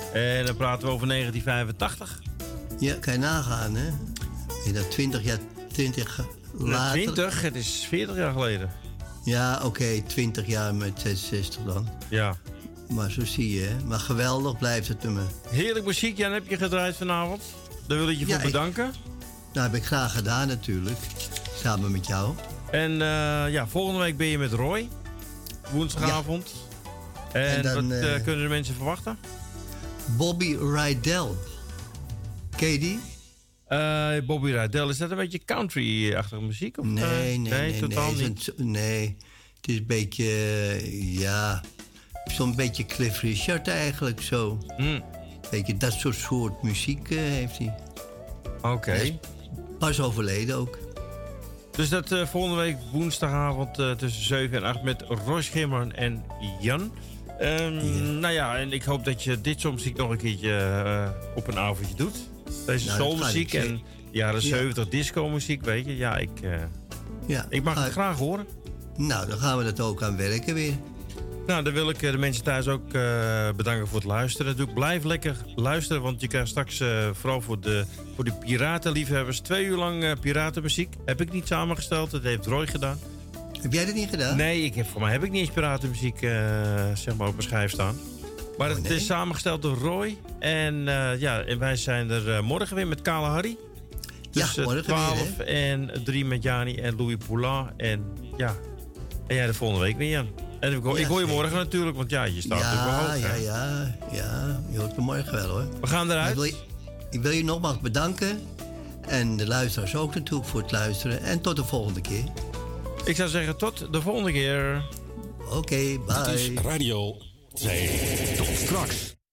En dan praten we over negentien vijfentachtig. Ja, kan je nagaan, hè? En dat twintig jaar, twintig later... twintig? Het is veertig jaar geleden. Ja, oké, okay, twintig jaar met zesenzestig dan. Ja. Maar zo zie je, hè. Maar geweldig blijft het nummer. Heerlijk muziek, Jan, heb je gedraaid vanavond. Daar wil ik je voor ja, bedanken. Ik, nou, heb ik graag gedaan natuurlijk. Samen met jou. En uh, ja, volgende week ben je met Roy. Woensdagavond. Ja. En, en dan, wat uh, uh, kunnen de mensen verwachten? Bobby Rydell. Ken je die? Uh, Bobby Rydell, is dat een beetje country-achtige muziek? Of, nee, nee, uh, nee, nee, nee, totaal nee, niet. Een, nee, het is een beetje, uh, ja, zo'n beetje Cliff Richard eigenlijk zo. Mm. Beetje dat soort soort muziek uh, heeft hij. Oké. Okay. Pas overleden ook. Dus dat uh, volgende week woensdagavond uh, tussen zeven en acht met Roy Schimmer en Jan. Um, yeah. Nou ja, en ik hoop dat je dit soort muziek nog een keertje uh, op een avondje doet. Deze nou, soulmuziek en jaren zeventig ja. disco-muziek, weet je. Ja, ik, uh, ja, ik mag ga... het graag horen. Nou, dan gaan we dat ook aan werken weer. Nou, dan wil ik de mensen thuis ook uh, bedanken voor het luisteren. Natuurlijk, blijf lekker luisteren, want je krijgt straks uh, vooral voor de, voor de piratenliefhebbers twee uur lang uh, piratenmuziek. Heb ik niet samengesteld, dat heeft Roy gedaan. Heb jij dat niet gedaan? Nee, ik heb, voor mij heb ik niet eens piratenmuziek uh, zeg maar op mijn schijf staan. Maar oh, het nee? is samengesteld door Roy. En, uh, ja, en wij zijn er uh, morgen weer met Kale Harry. Dus ja, morgen twaalf weer, en drie met Jani en Louis Poulain. En ja, en jij de volgende week weer, Jan. En ik hoor, ja, ik hoor je morgen natuurlijk, want ja, je staat ja, natuurlijk wel hoog. Ja, ja, ja, je hoort me morgen wel hoor. We gaan eruit. Ik wil, je, ik wil je nogmaals bedanken. En de luisteraars ook natuurlijk voor het luisteren. En tot de volgende keer. Ik zou zeggen tot de volgende keer. Oké, okay, bye. Het is Radio twee. Tot straks.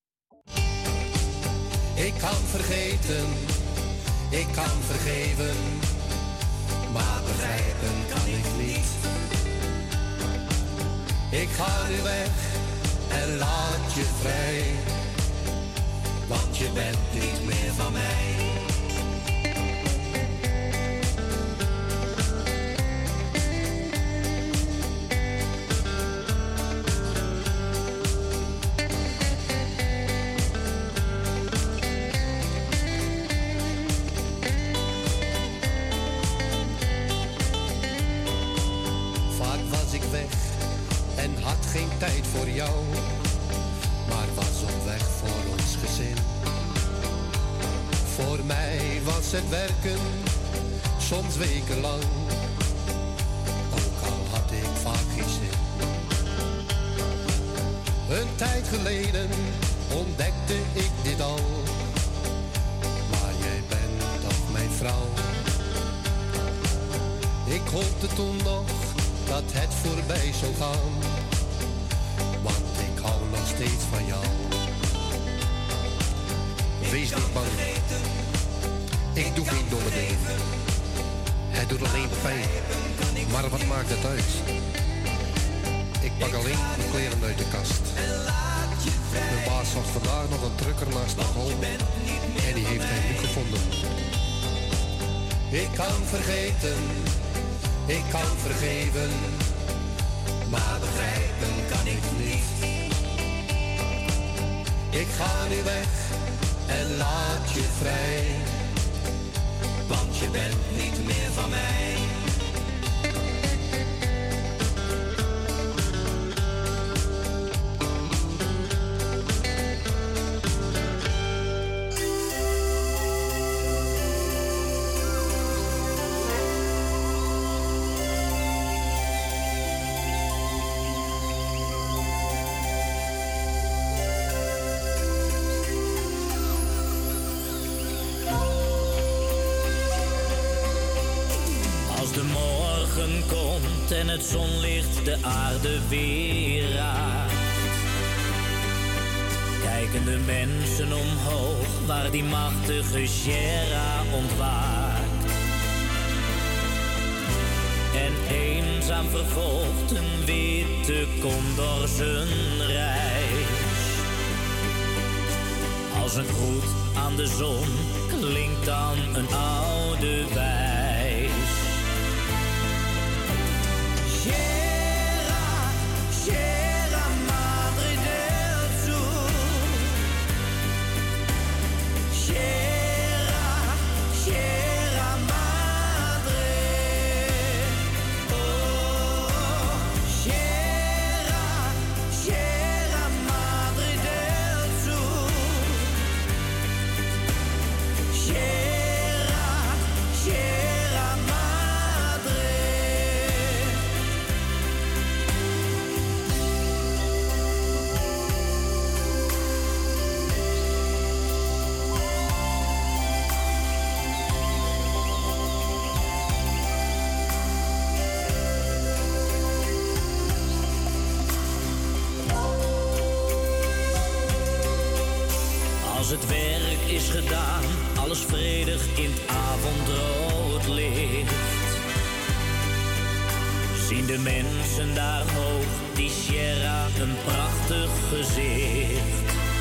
Ik kan vergeten, ik kan vergeven, maar begrijpen kan ik niet. Ik ga nu weg en laat je vrij, want je bent niet meer van mij. En had geen tijd voor jou, maar was op weg voor ons gezin. Voor mij was het werken, soms wekenlang, ook al had ik vaak geen zin. Een tijd geleden ontdekte ik dit al, maar jij bent toch mijn vrouw. Ik hoopte toen nog dat het voorbij zou gaan, want ik hou nog steeds van jou. Wees niet bang, ik doe geen domme dingen. Het doet alleen pijn, maar wat maakt het uit? Ik pak alleen mijn kleren uit de kast. Mijn baas was vandaag nog een trucker naar Stockholm en die heeft hij nu gevonden. Ik kan vergeten, ik kan vergeven, maar begrijpen kan ik niet. Ik ga nu weg en laat je vrij, want je bent niet meer van mij. En het zonlicht de aarde weer raakt, kijken de mensen omhoog waar die machtige Sierra ontwaakt. En eenzaam vervolgt een witte condor zijn reis. Als een groet aan de zon klinkt dan een oude wijs. Sierra, Sierra Madre del Sur, Als het werk is gedaan, alles vredig in het avondrood licht. Zien de mensen daar hoog, die Sierra, een prachtig gezicht.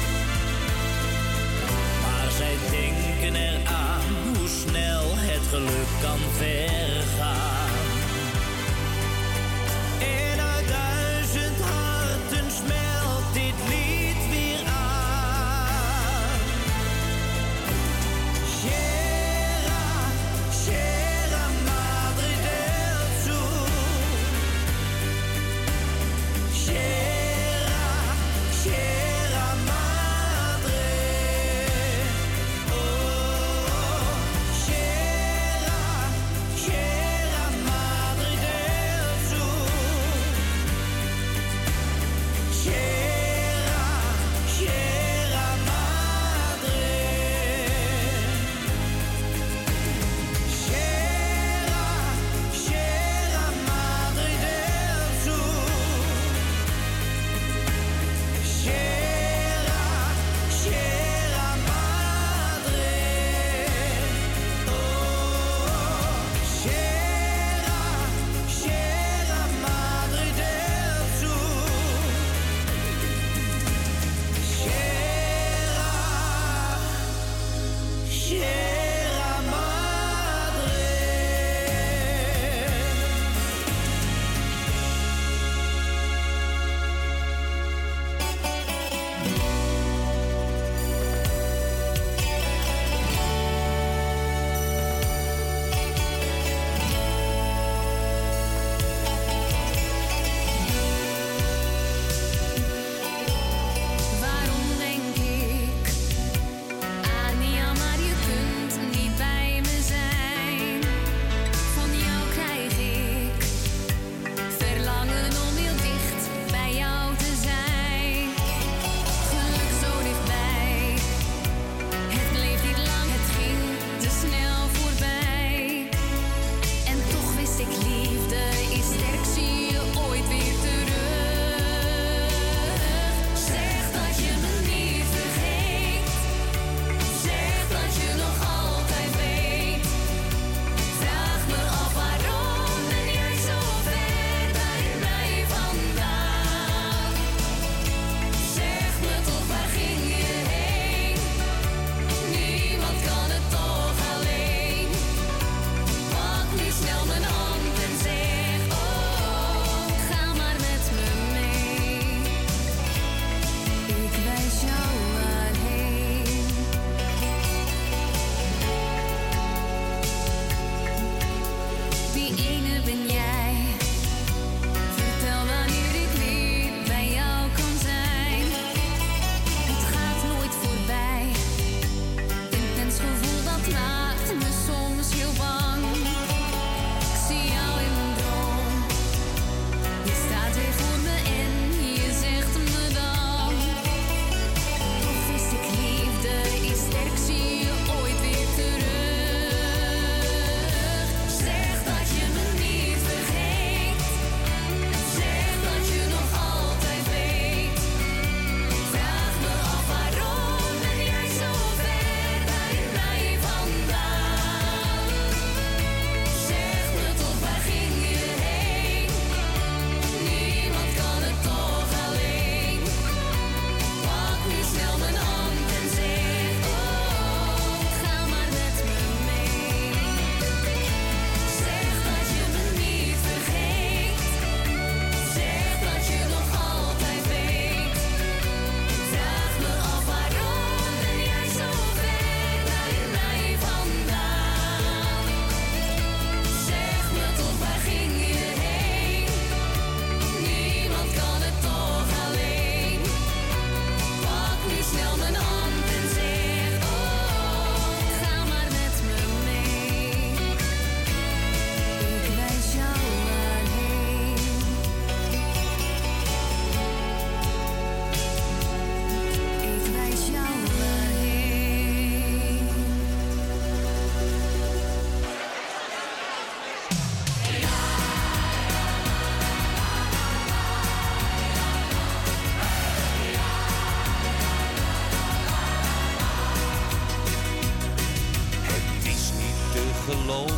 Maar zij denken eraan hoe snel het geluk kan vergaan. En uit duizend harten smelt dit lied weer aan. Sierra, Sierra Madre del Sur. Sierra, Sierra Madre. Oh, Sierra, Sierra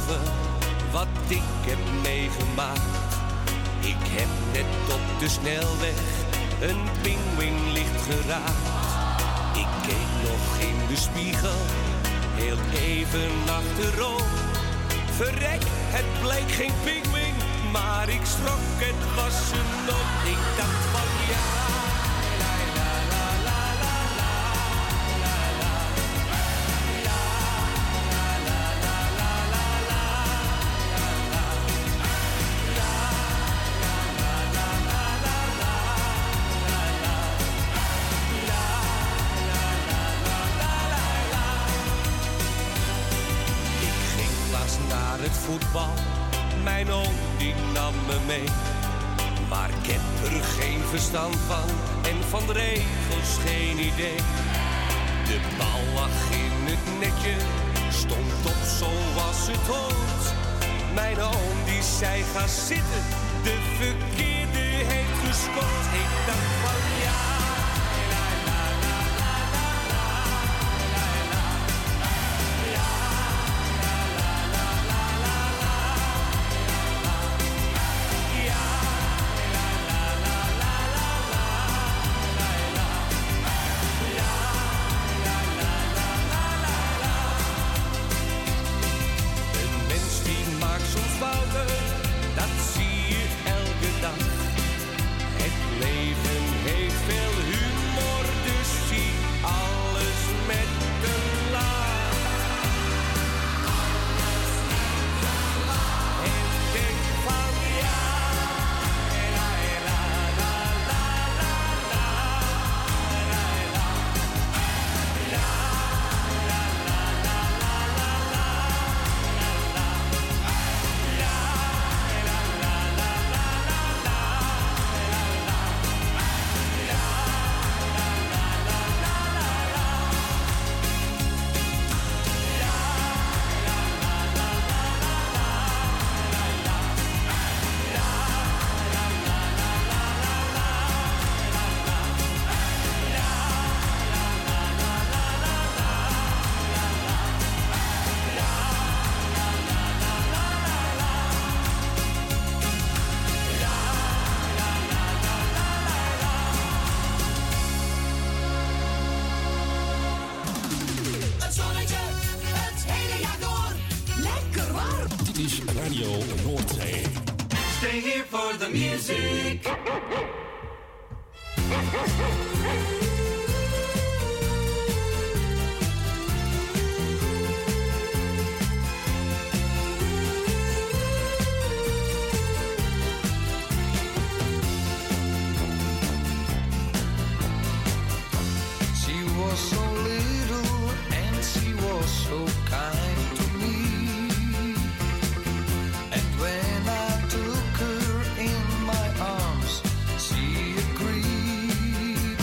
geloven wat ik heb meegemaakt. Ik heb net op de snelweg een pinguïnlicht geraakt. Ik keek nog in de spiegel, heel even achterom. Verrek, het bleek geen pinguïn, maar ik schrok, het was een non. Ik dacht van ja, la la la la la la la la la la la la la la naar het voetbal, mijn oom die nam me mee. Maar ik heb er geen verstand van en van de regels geen idee. De bal lag in het netje, stond op zoals het hoort. Mijn oom die zei ga zitten, de verkeerde heeft gescoord. Ik dacht van ja. Dat zie je elke dag. Het leven heeft veel humor, dus zie alles met een lach. En denk van ja, la la la la la la la la la la la la. Het zonnetje, het hele jaar door. Lekker warm. Dit is Radio Noordzee. Stay here for the music. She was so little and she was so kind to me. And when I took her in my arms, she agreed.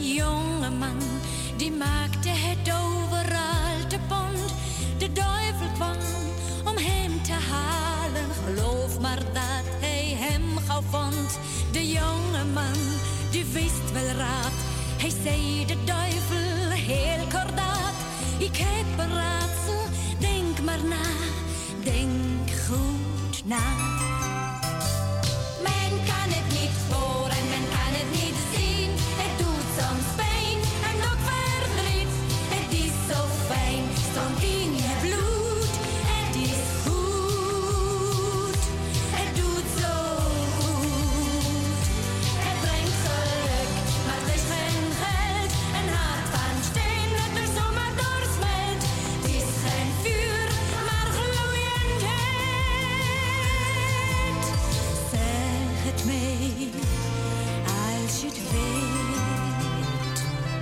De jonge man, die maakte het overal te bond. De duivel kwam om hem te halen. Geloof maar dat hij hem gauw vond. De jonge man, die wist wel raad. Hij zei de duivel heel kordaat. Ik heb een raadsel, denk maar na. Denk goed na. Men kan het niet horen, men kan het niet zien. Het doet soms pijn en ook verdriet. Het is zo fijn, stroomt in je bloed. Het is goed, het doet zo goed. Het brengt geluk, maar het is geen geld. Een hart van steen dat er zomaar doorsmelt. Het is geen vuur, maar gloeiend heet. Zeg het mee, als je het weet.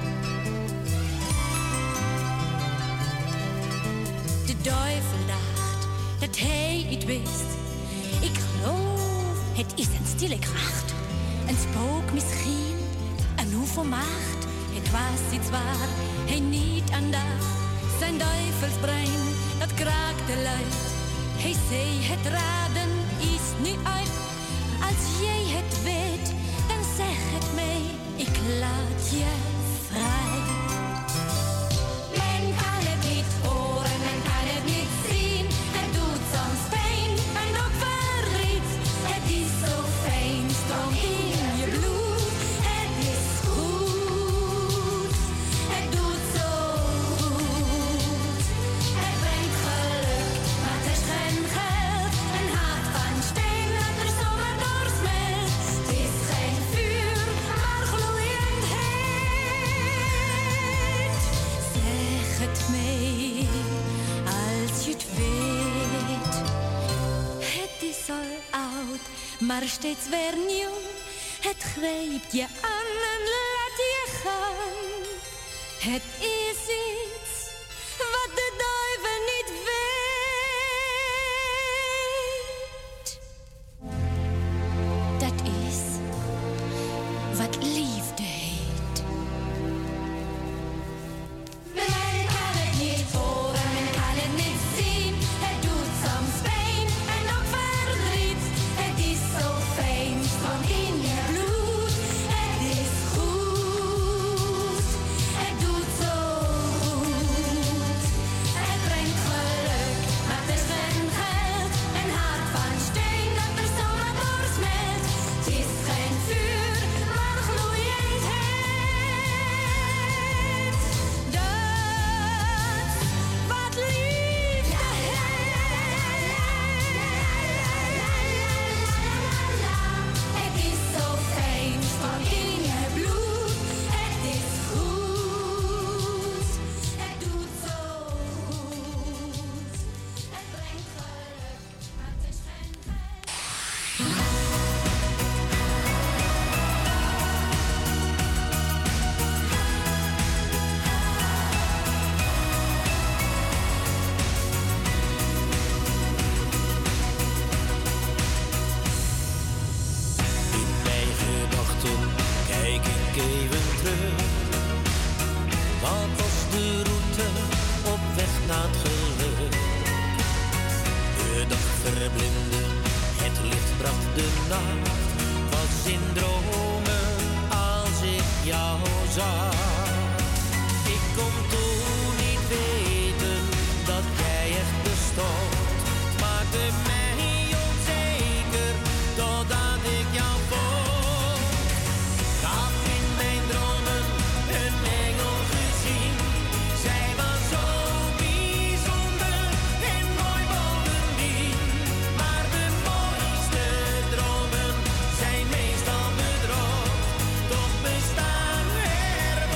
De duivel dacht dat hij het wist. Ik geloof, het is een stille kracht. Een spook misschien, een oefenmacht. Het was iets waar hij niet aan dacht. Zijn duivelsbrein, dat kraakte luid. Hij zei het raden is nu uit. Als jij het weet, dan zeg het mij. Ik laat je vrij. Men kan het niet horen, men kan het niet zien. Het doet soms pijn en ook verdriet. Het is zo fijn, stroomt in je bloed. Het is goed, het doet zo goed. Het brengt geluk, maar het is geen geld. Een hart van steen dat er zomaar doorsmelt. Het is geen vuur, maar gloeiend heet. Zeg het mee, als je het weet. Het is al oud, maar steeds weer nieuw. Het grijpt je aan en laat je gaan. Het is iets wat de duivel niet weet. Dat is wat liefde heet. Men kan het niet horen, men kan het niet zien. Het doet soms pijn en ook verdriet. Het is zo fijn, stroomt in je bloed. Het is goed, het doet zo goed. Het brengt geluk, maar het is geen geld. Een hart van steen dat er zomaar doorsmelt. Het is geen vuur, maar gloeiend heet. Dat wat liefde het is zo fijn, stroomt in je bloed. Het is goed, het doet zo goed. Het brengt geluk, maar het is geen In mijn gedachten kijk ik even terug. Wat was de route op weg naar het geluk? De dag verblindde, het licht bracht de nacht. Was in dromen als ik jou zag. Ik kon toen niet weten dat jij echt bestond. Het maakte mij onzeker totdat ik jou vond. Ik had in mijn dromen een engel gezien. Zij was zo bijzonder en mooi bovendien. Maar de mooiste dromen zijn meestal bedrog. Toch bestaan er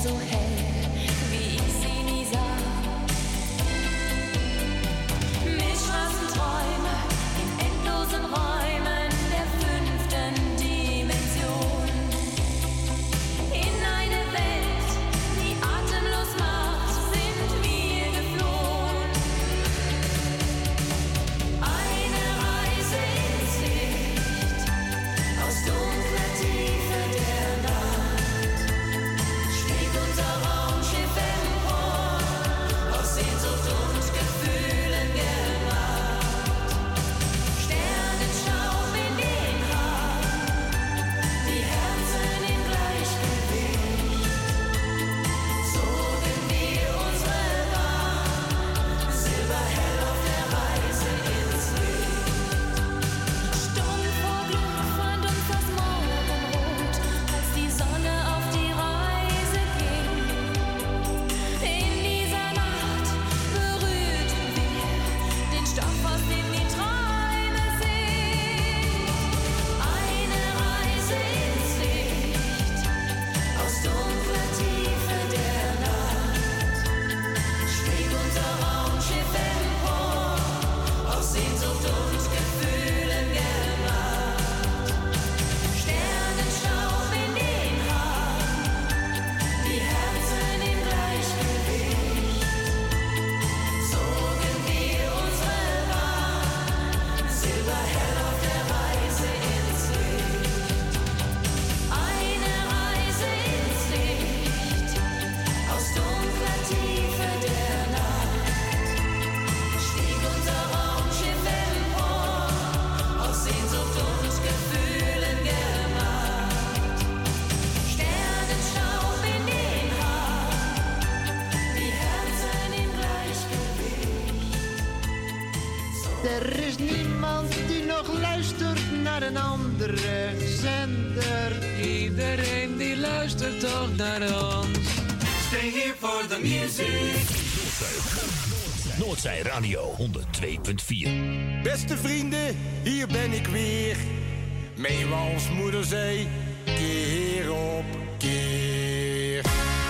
so hell, wie ich sie nie sah. Milchstraßenträume in endlosen Räumen der fünften Dimension. In eine Welt, die atemlos macht, sind wir geflohen. Eine Reise ins Licht, aus dunkler Tiefe der Nacht, stieg unser Raumschiff empor, aus Sehnsucht und Gefühlen gemacht. Sternenstaub in den Haaren, die Herzen im Gleichgewicht, zogen wir unsere Bahn, silberhell auf der Reise ins Licht. Stumm vor Glück fand uns das Morgenrot, als die Sonne auf die Reise ging. In dieser Nacht berührten wir den Stoff, aus dem die Träume sind. Eine Reise ins Licht, aus dunkler Tiefe der Nacht, stieg unser Raumschiff empor, aus Sehnsucht und Gefühlen gemacht. Sternenstaub in den Haaren, die Herzen im Gleichgewicht, zogen wir unsere Bahn, silberhell auf der Reise ins Licht. Eine Reise ins Licht, aus dunkler Tiefe der Nacht, stieg unser Raumschiff empor, aus Sehnsucht und Gefühlen gemacht. Sternenstaub in den Haaren, die Herzen im Gleichgewicht. Er is niemand die nog luistert naar een andere zender. Iedereen die luistert toch naar ons. Stay here for the music. Noordzij Radio honderd twee punt vier. Beste vrienden, hier ben ik weer. Meewals moeder zei, keer op keer.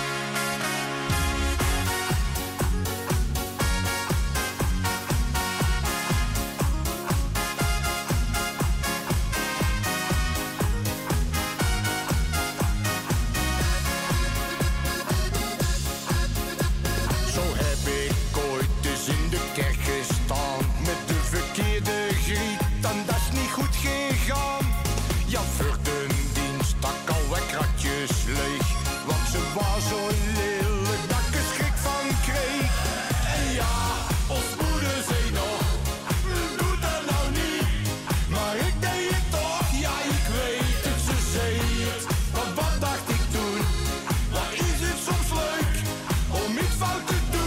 Zo heb ik ooit eens in de kerk gestaan met de verkeerde griet, en dat is niet goed gegaan. Ja, voor de dienst stak alle kratjes leeg, want ze was zo lelijk dat ik er schrik van kreeg. En ja, ons moeder zei nog, doe dat nou niet, maar ik deed het toch, ja ik weet het, ze zei het. Maar wat dacht ik toen, wat is het soms leuk om iets fout te doen.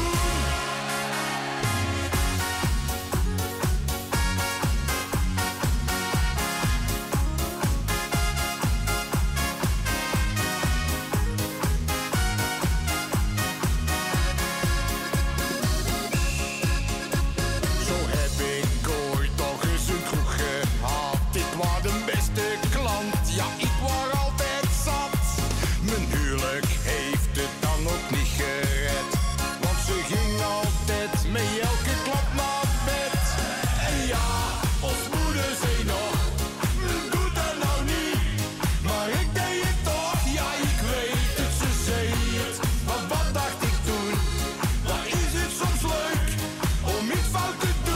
Zo heb ik ooit nog eens een kroeg gehad. Ik was de beste klant, ja ik was altijd zat. Mijn huwelijk heeft het dan ook niet gered, want ze ging altijd met elke klap naar bed. En ja, ons moeder zei nog, doe dat nou niet, maar ik deed het toch, ja ik weet het, ze zei het. Maar wat dacht ik toen, wat is het soms leuk om iets fout te doen.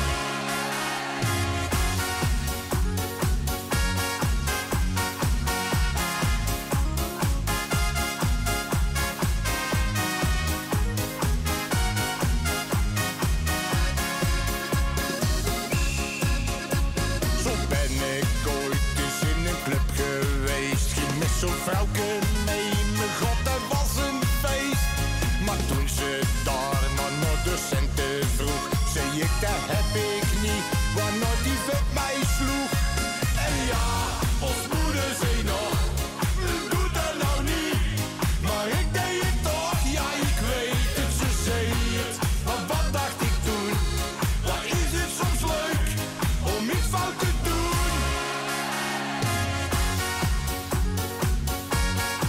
Zo ben ik ooit eens in een club geweest, ging met zo'n vrouwke mee, mijn god dat was een feest. Maar toen ze daar maar naar de centen vroeg, zei ik dat heb ik niet, waarna die vet mij sloeg. En ja, ons moeder zei nog, doe dat nou niet, maar ik deed het toch, ja ik weet het, ze zei het. Maar wat dacht ik toen, wat is het soms leuk om iets fout te doen.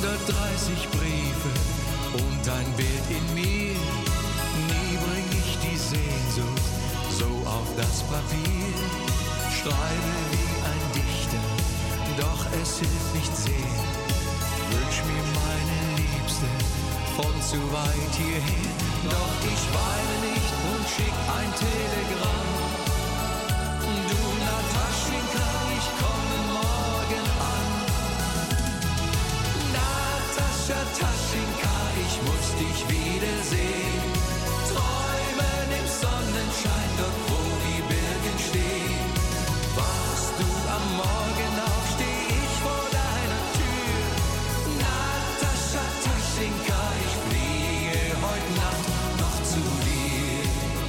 hundertdreißig Briefe und ein Bild in mir. Nie bring ich die Sehnsucht so auf das Papier. Schreibe wie ein Dichter, doch es hilft nicht sehr. Wünsch mir meine Liebste von zu weit hierher. Doch ich weine nicht und schick ein Telegramm. Du Nataschenka, ich komme morgen an. Natascha, Taschenka, ich muss dich wiedersehen. Träumen im Sonnenschein, dort wo die Berge stehen. Wachst du am Morgen auf, steh ich vor deiner Tür. Natascha, Taschenka, ich fliege heute Nacht noch zu dir.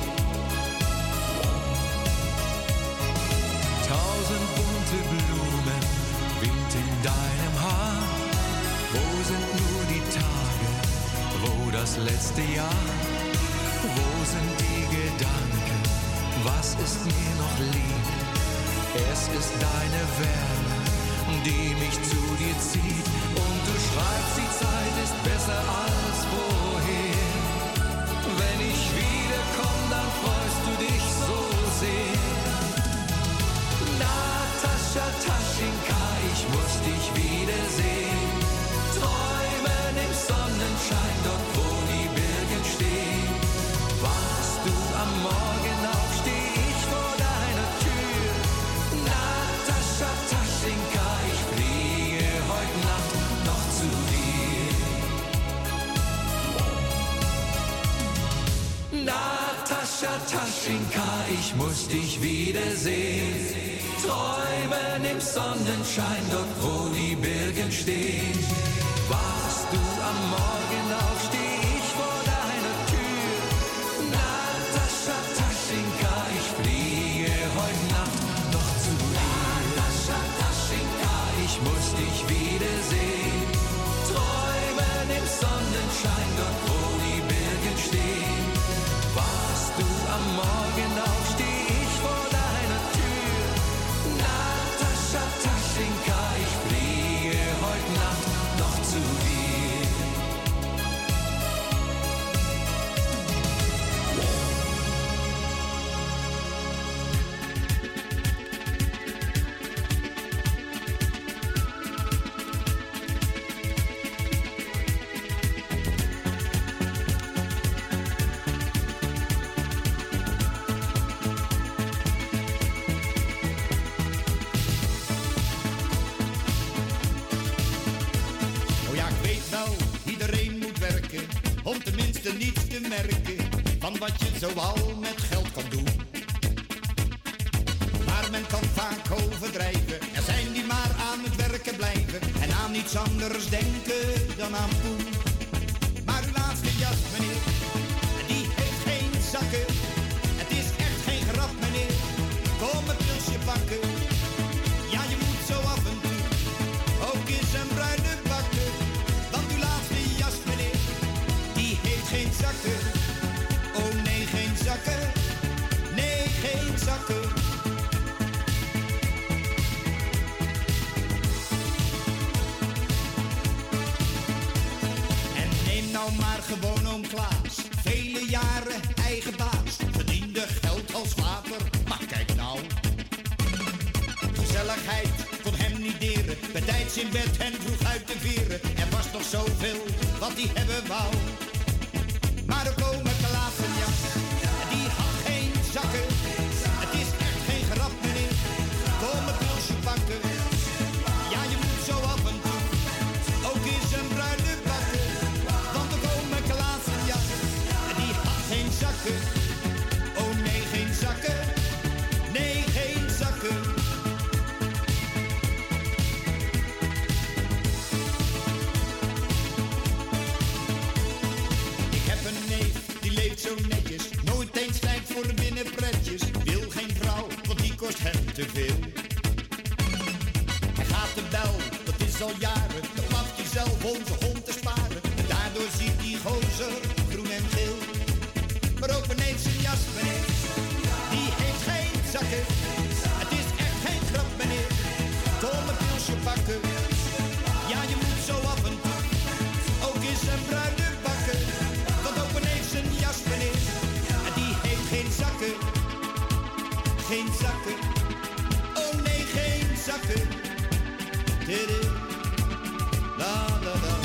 Tausend bunte Blumen, Wind in deinem Haar. Wo sind nur die Tage, wo das letzte Jahr? Wo sind die Gedanken, was ist mir noch lieb? Es ist deine Wärme, die mich zu dir zieht. Und du schreibst, die Zeit ist besser als vorher. Wenn ich wiederkomm, dann freust du dich so sehr. Natascha, Taschenka, ich muss dich wiedersehen. Träumen im Sonnenschein, dort wo die Berge stehen. Wachst du am Morgen auf, steh ich vor deiner Tür. Natascha, Taschenka, ich fliege heute Nacht noch zu dir. Natascha, Taschenka, ich muss dich wiedersehen. Träumen im Sonnenschein, dort wo die Berge stehen. Wachst du am Morgen auf, steh ich vor deiner Tür. Natascha, Taschenka, ich fliege heute Nacht noch zu dir. Natascha, Taschenka, ich muss dich wiedersehen. Träumen im Sonnenschein, dort wo die Berge stehen. Wachst du am Morgen auf, steh ich vor deiner Tür. Natascha, Taschenka, ich fliege heute Nacht noch zu dir. Oh ja, ik weet wel, iedereen moet werken, om tenminste niets te merken van wat je zoal met geld kan doen. Maar men kan vaak overdrijven, er zijn die maar aan het werken blijven en aan niets anders denken dan aan poen. Maar uw laatste jas, meneer, die heeft geen zakken. Het is echt geen grap, meneer, kom een pilsje pakken. Ja, je moet zo af en toe ook eens een bruine bakken. Want uw laatste jas, meneer, die heeft geen zakken. Oh nee, geen zakken. Nee, geen zakken. En neem nou maar gewoon oom Klaas. Vele jaren eigen baas. Verdiende geld als water. Maar kijk nou. Gezelligheid kon hem niet deren. Betijds in bed en vroeg uit de veren. Er was nog zoveel wat hij hebben wou. Maar ook oom met de laatste jas, die had geen zakken. Het is echt geen grap, meneer, kom een pilsje pakken. Ja, je moet zo af en toe ook eens een bruine bakken. Want ook oom met de laatste jas, die had geen zakken. Oh nee, geen zakken. Nee, geen zakken. Zo netjes, nooit eens tijd voor de binnenpretjes. Wil geen vrouw, want die kost hem te veel. Hij gaat de bel, dat is al jaren. Dan mag je zelf onze hond te sparen. En daardoor ziet die gozer groen en geel. Maar ook ineens zijn jas, meneer, die heeft geen zakken. Het is echt geen grap, meneer, kom een pilsje pakken. Ja, je moet zo af en toe zakken. Oh nee, geen zakken. Didi, la la la.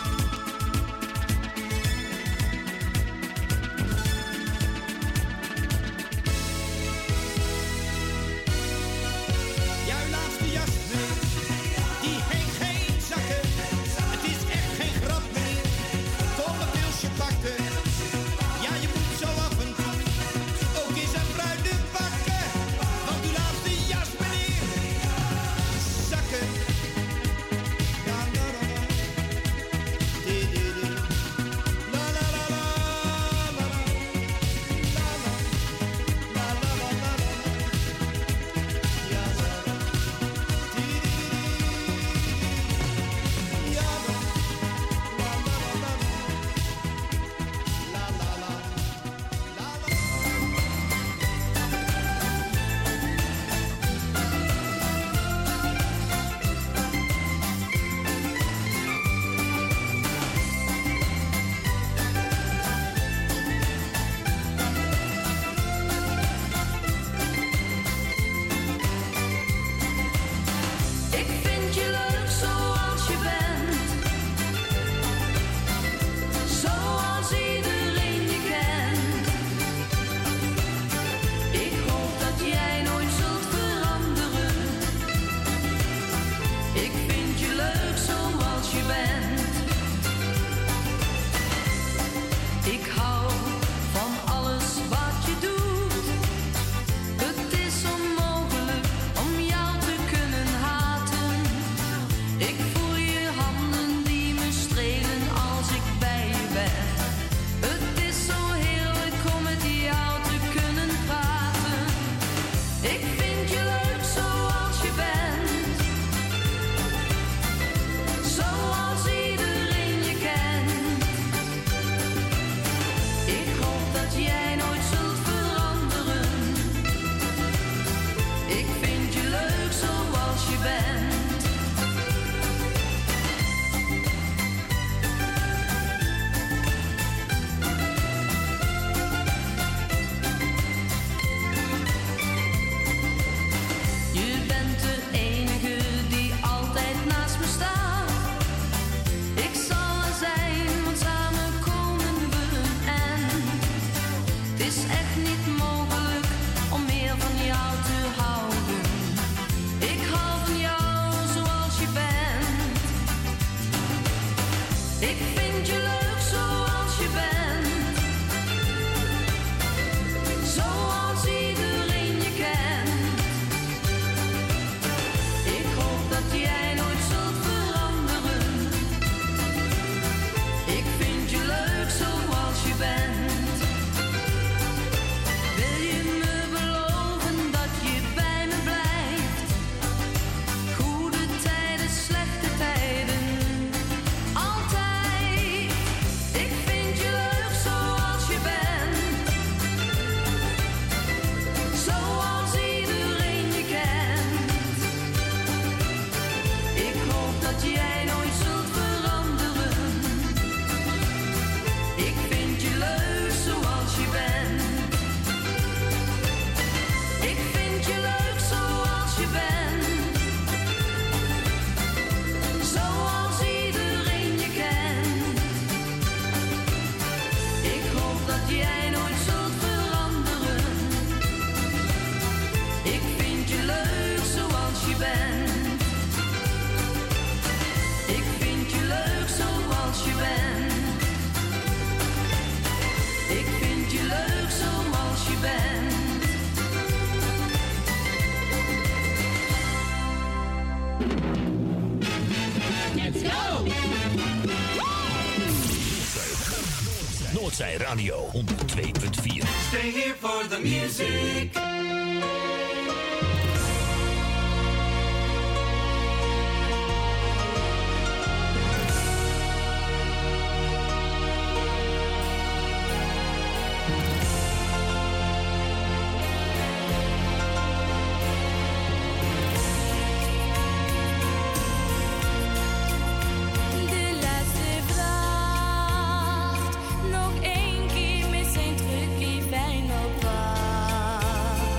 Jouw laatste jas, meneer, die heeft geen zakken. Het is echt geen grap, meneer. Domme pilsje pakken. Ja, je moet zo af en toe ook eens een bruine pakken. Want die laatste jas, meneer, zakken. La la la la. Di di di. La la la la la la. La la. La la la la la. Ja la. Di di di di. Ja la. La la la la. La la la. La la. Ik vind je leuk zoals je bent, zoals iedereen je kent. Ik hoop dat jij nooit zult veranderen. Ik vind je leuk zoals je bent. Ik hou van alles wat je doet. Het is onmogelijk om jou te kunnen haten. Ik voel je handen die me strelen als ik bij je ben. Het is zo heerlijk om met jou te kunnen praten. Ik vind je leuk zoals je bent, zoals iedereen je kent. Ik hoop dat jij nooit zult veranderen. Ik vind je leuk zoals je bent. Je bent de enige die altijd naast me staat. Ik zal er zijn, want samen komen we een eind. Het is echt niet mogelijk om meer van jou te houden. Ik hou van jou zoals je bent. Ik vind je leuk zoals je bent, zoals iedereen je kent. Ik hoop dat jij nooit zult veranderen. Ik vind je leuk zoals je bent. Wil je me beloven dat je bij me blijft? Goede tijden, slechte tijden, altijd. Ik vind je leuk zoals je bent, zoals iedereen je kent. Ik hoop dat jij nooit zult veranderen. Ik vind je leuk zoals je bent. Ik vind je leuk zoals je bent, zoals iedereen je kent. Ik hoop dat jij nooit zult veranderen. Ik vind je leuk zoals je bent. Ik vind je leuk zoals je bent. Ik vind je leuk zoals je bent. Let's go! Noordzij Radio honderd twee punt vier. Stay here for the music. De laatste vracht, nog één keer met zijn trucje fijn op pad.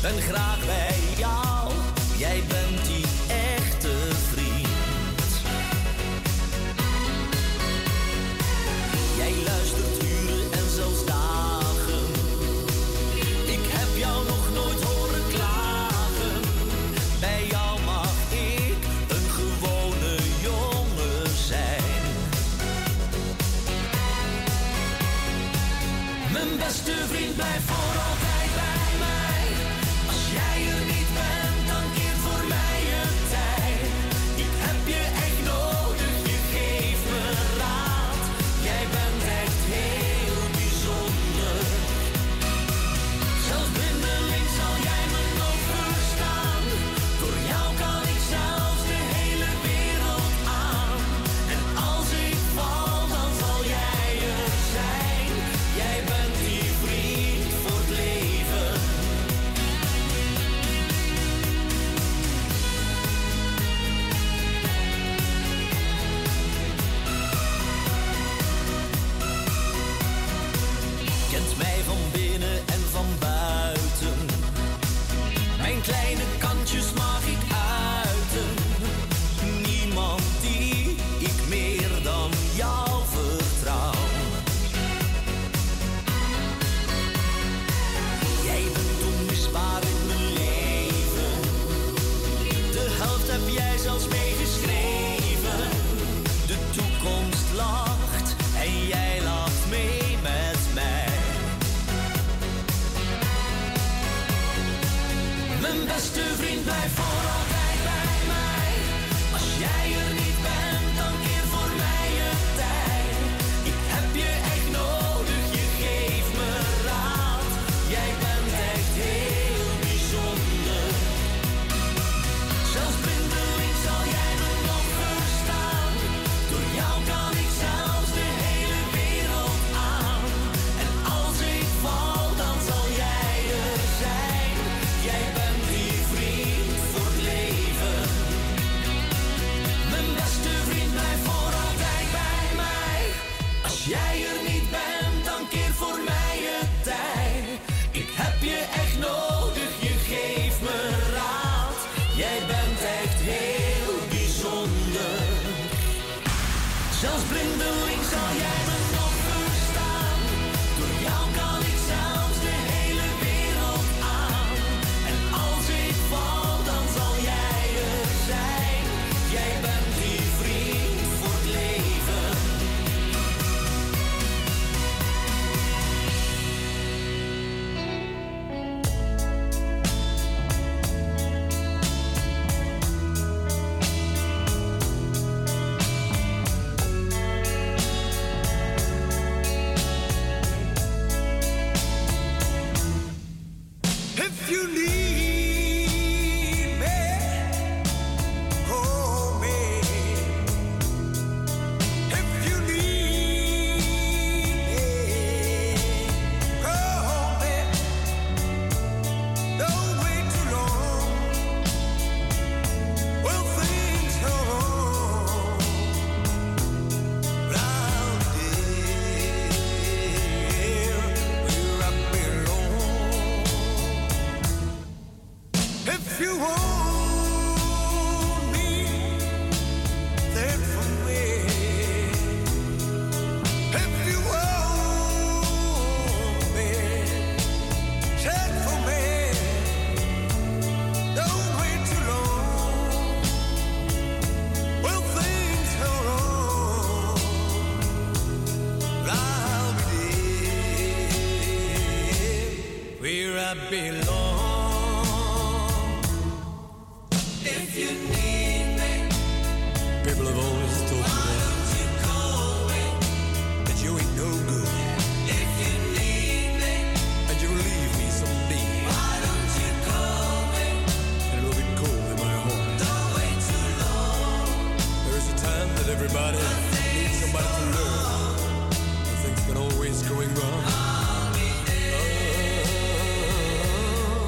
ben graag bij jou. Jij bent die echte vriend. Jij luistert uren en zelfs dagen. Ik heb jou nog nooit horen klagen. Bij jou mag ik een gewone jongen zijn. Mijn beste vriend blijft voor altijd bij mij. Als jij er niet bent, dan keer voor mij een tijd. Ik heb je echt nodig, je geeft me raad. Jij bent echt heel bijzonder. Zelfs blindelings zal jij me nog verstaan. Door jou kan ik zelfs de hele wereld aan. En als ik val, dan zal jij er zijn. Jij bent die vriend voor het leven. Kent mij van binnen en van buiten. Mijn kleine kantjes mag ik uiten. Niemand die ik meer dan jou vertrouw. Jij bent onmisbaar in mijn leven. De helft heb jij zelfs meegeschreven. De toekomst lacht en jij lacht mee met mij. Mijn beste vriend blijft voor altijd bij mij. Als jij er niet bent, dan keer voor mij een tijd. Ik heb je echt nodig, je geeft me raad. Jij bent echt heel bijzonder. Zelfs blindelings zal jij me nog verstaan. Door jou kan ik zelfs de hele wereld aan. En als ik val, dan zal jij er zijn. Jij bent die vriend voor het leven. Mijn beste vriend blijft voor altijd bij mij. Als jij er niet bent, dan keer voor mij een tijd. Ik heb je echt nodig, je geeft me raad. Jij bent echt heel bijzonder. Zelfs blindelings zal jij me nog verstaan. Door jou kan ik zelfs de hele wereld aan. En als ik val, dan zal jij er zijn. Jij bent die vriend voor het leven. If you need me, call me. If you need me, call me. Don't wait too long. Well, things go wrong. But I'll be there where I belong. If you want me, then for me. If you want me, then for me. Don't wait too long. Well, things go wrong. But I'll be there where I belong. If you need me, People have always told me don't you call me? that you ain't no good. If you need me, And you'll leave me someday. why don't you call me? And it'll be cold in my heart. Don't wait too long. There is a time that everybody needs somebody to learn. When things can always going wrong. I'll be there.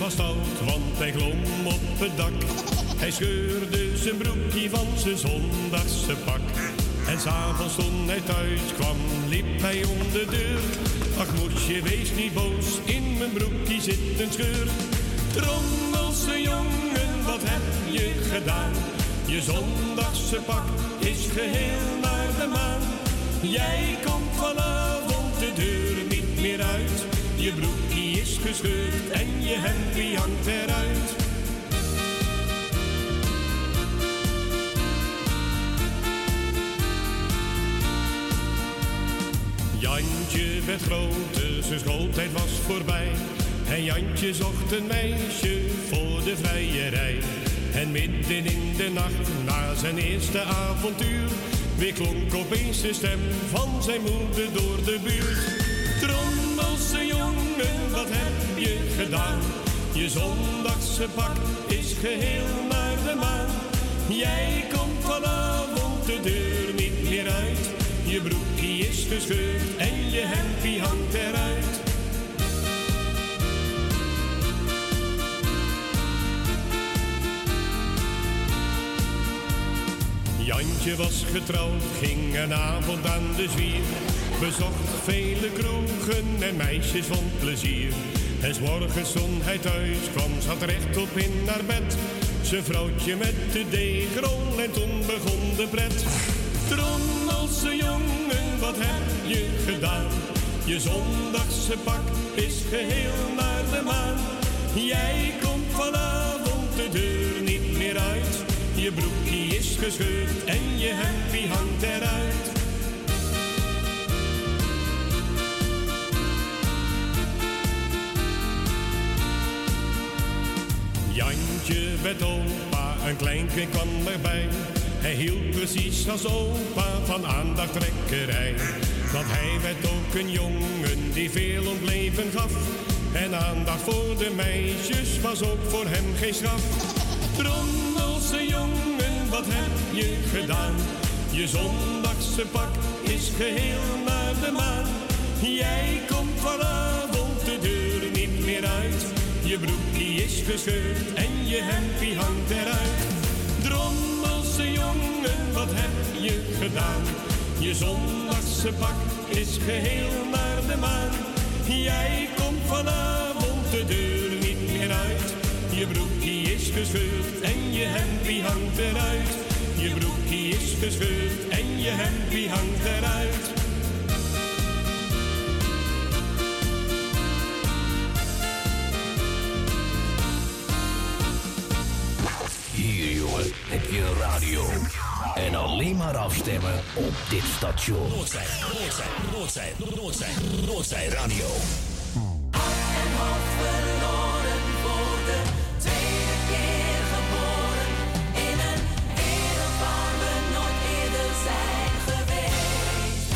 was oud, want hij klom op het dak. Hij scheurde zijn broekje van zijn zondagse pak. En s'avonds toen hij thuis kwam, liep hij om de deur. Ach moesje, wees niet boos, in mijn broekje zit een scheur. Trommelse jongen, wat heb je gedaan? Je zondagse pak is geheel naar de maan. Jij komt vanavond de deur niet meer uit. Je broekje is gescheurd en je hemdje hangt eruit. Jantje werd groter, zijn schooltijd was voorbij. En Jantje zocht een meisje voor de vrijerij. En midden in de nacht, na zijn eerste avontuur, weer klonk opeens de stem van zijn moeder door de buurt. Trommelse jongen, wat heb je gedaan? Je zondagse pak is geheel naar de maan. Jij komt vanavond de deur niet meer uit. Je broekje is gescheurd en je hemdje hangt eruit. Jantje was getrouwd, ging een avond aan de zwier. Bezocht vele kroegen en meisjes vond plezier. En 's morgens toen hij thuis kwam, zat rechtop in haar bed. Zijn vrouwtje met de deegrol en toen begon de pret. Trommelse jongen, wat heb je gedaan? Je zondagse pak is geheel naar de maan. Jij komt vanavond de deur niet meer uit. Je broekje is gescheurd en je hemdje hangt eruit. Jantje werd opa, een kleinkind kwam erbij. Hij hield precies als opa van aandachttrekkerij. Want hij werd ook een jongen die veel om het leven gaf. En aandacht voor de meisjes was ook voor hem geen straf. Trommelse jongen, wat heb je gedaan? Je zondagse pak is geheel naar de maan. Jij komt vanavond de deur niet meer uit. Je broekje is gescheurd en je hemdje hangt eruit. Trommelse jongen, wat heb je gedaan? Je zondagse pak is geheel naar de maan. Jij komt vanavond de deur niet meer uit. Je broekje is gescheurd en je hemdje hangt eruit. Je broekje is gescheurd en je hemdje hangt eruit. Hier jongen, heb je een radio. En alleen maar afstemmen op dit station. Noordzij, Noordzij, Noordzij, Noordzij, Noordzij Radio. En hoofd verloren voor de tweede keer geboren. In een wereld waar we nooit eerder zijn geweest.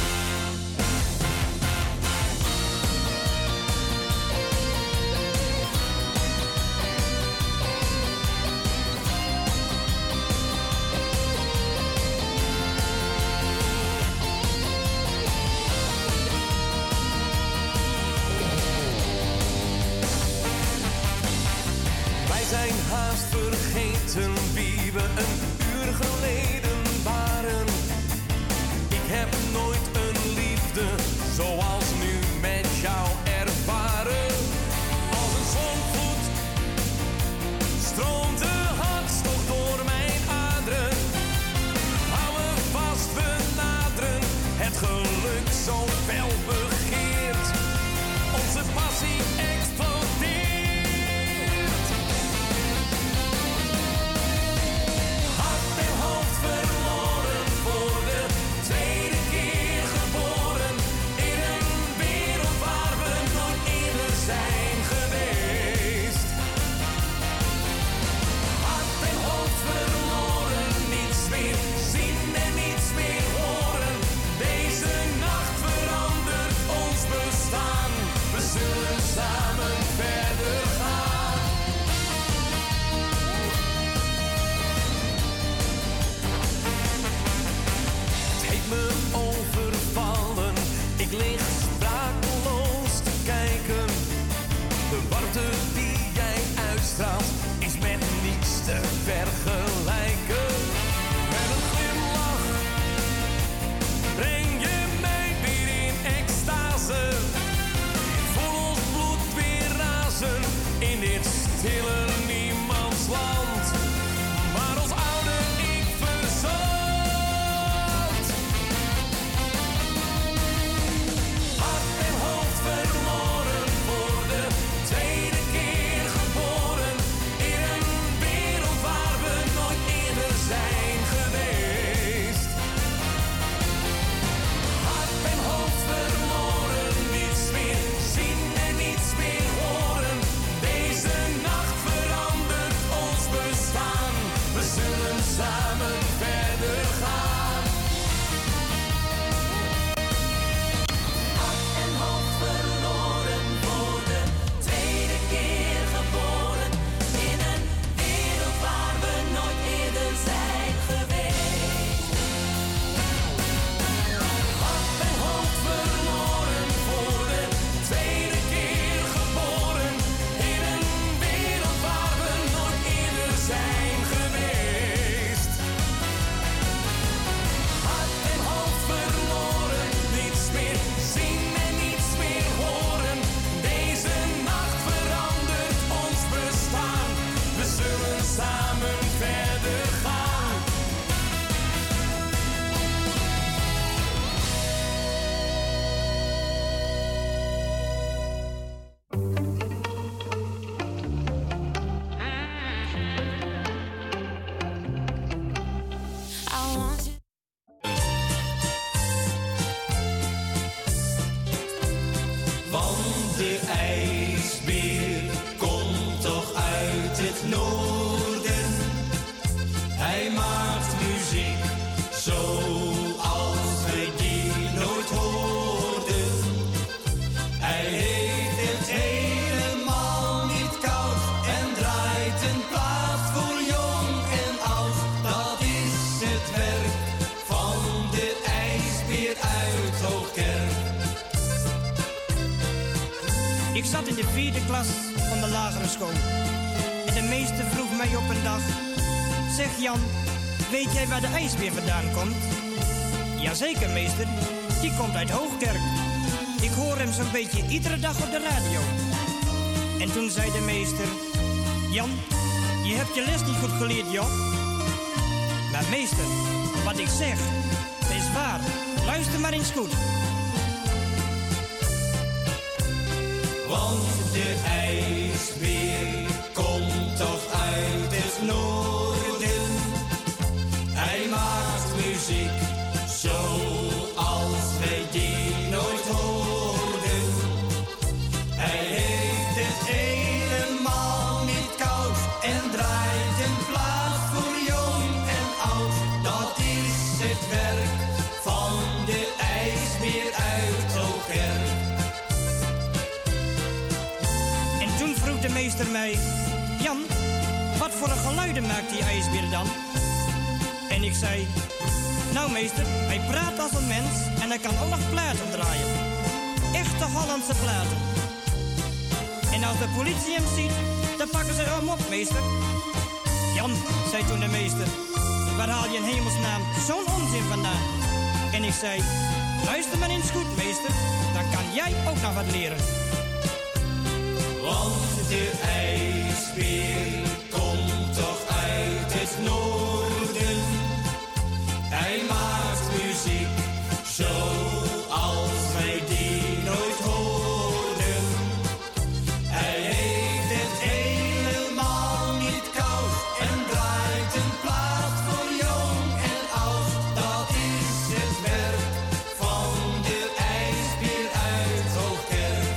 de ijsbeer komt toch uit het noorden. Hij maakt muziek zoals wij die nooit hoorden. Hij heeft het helemaal niet koud en draait een plaat voor jong en oud. Dat is het werk van de ijsbeer uit Hoogkerk. Ik zat in de vierde klas van de lagere school. En de meester vroeg mij op een dag: zeg Jan, weet jij waar de ijsbeer vandaan komt? Jazeker meester, die komt uit Hoogkerk. Ik hoor hem zo'n beetje iedere dag op de radio. En toen zei de meester: Jan, je hebt je les niet goed geleerd, joh. Maar meester, wat ik zeg, is waar. Luister maar eens goed. Want de ijsbeer komt toch uit het noorden. Hij maakt muziek zoals wij die nooit hoorden. Hij heeft het helemaal niet koud en draait een plaat voor jong en oud. Dat is het werk van de ijsbeer uit Hoogkerk. En toen vroeg de meester mij: Jan, wat voor een geluiden maakt die ijsbeer dan? En ik zei: nou meester, hij praat als een mens en hij kan ook nog platen draaien. Echte Hollandse platen. En als de politie hem ziet, dan pakken ze hem op, meester. Jan, zei toen de meester, waar haal je in hemelsnaam zo'n onzin vandaan? En ik zei: luister maar eens goed, meester, dan kan jij ook nog wat leren. Want de ijsbeer komt toch uit het noorden. Hij maakt muziek zoals wij die nooit hoorden. Hij heeft het helemaal niet koud en draait een plaat voor jong en oud. Dat is het werk van de ijsbeer uit Hoogkerk.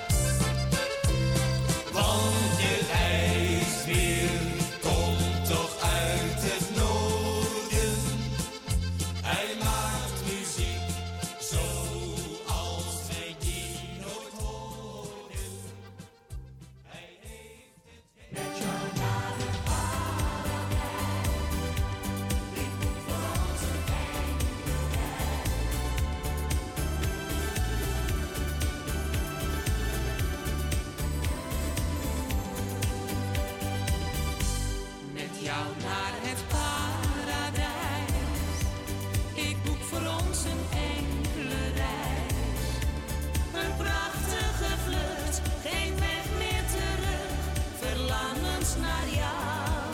Want de ijsbeer komt toch uit het noorden. Hij maakt muziek zoals wij die nooit hoorden. Hij heeft het met jou naar het paradijs. Ik moet voor ons een Met jou naar het paradijs. Ik boek voor ons een enkele reis. Een prachtige vlucht, geen weg meer terug. Verlangens naar jou.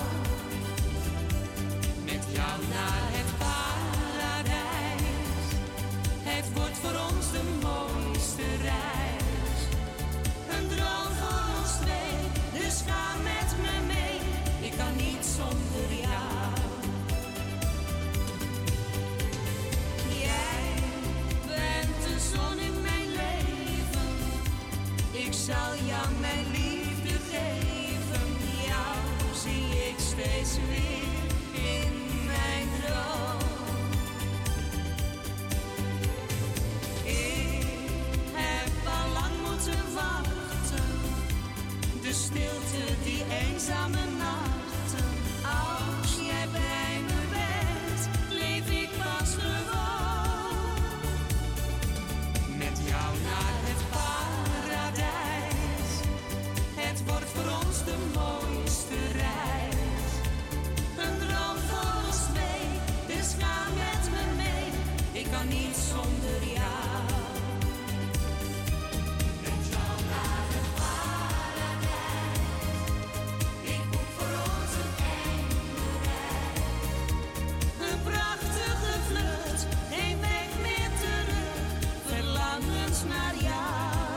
Met jou naar het paradijs. Het wordt voor ons de mooiste reis. Een droom voor ons twee, dus ga met me mee. Ik kan niet zonder jou. Jij bent de zon in mijn leven. Ik zal jou mijn liefde geven. Jou zie ik steeds weer in mijn droom. Ik heb al lang moeten wachten. De stilte, die eenzame nachten. Als jij bij me bent, leef ik pas gewoon. Met jou naar het paradijs. Het wordt voor ons de mooiste reis. Een droom voor ons twee, dus ga met me mee. Ik kan niet zonder jou. Met jou naar het paradijs. Ik boek voor ons een enkele reis. Een prachtige vlucht, geen weg meer terug. Verlangens naar jou.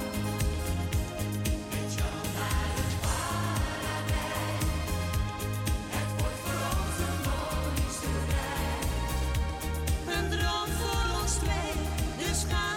Met jou naar het paradijs. Het wordt voor ons de mooiste reis. Een droom voor ons twee, dus ga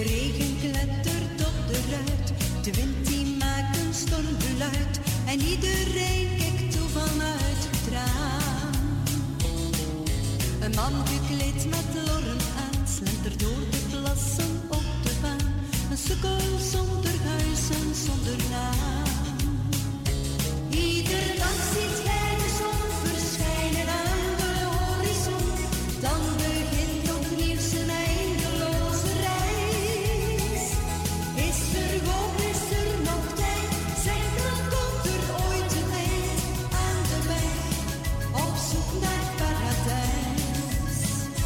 regen klettert op de ruit, de wind die maakt een stormgeluid en iedereen kijkt toe vanuit het raam. Een man gekleed met lorren aan slentert door de plassen op de baan, een sukkel zonder huis en zonder naam. Iedere dag ziet hij de zon verschijnen aan de horizon, dan begint opnieuw zijn eindeloze reis. Is er hoop, is er nog tijd, zeg dan komt er ooit een eind aan de weg, op zoek naar het paradijs.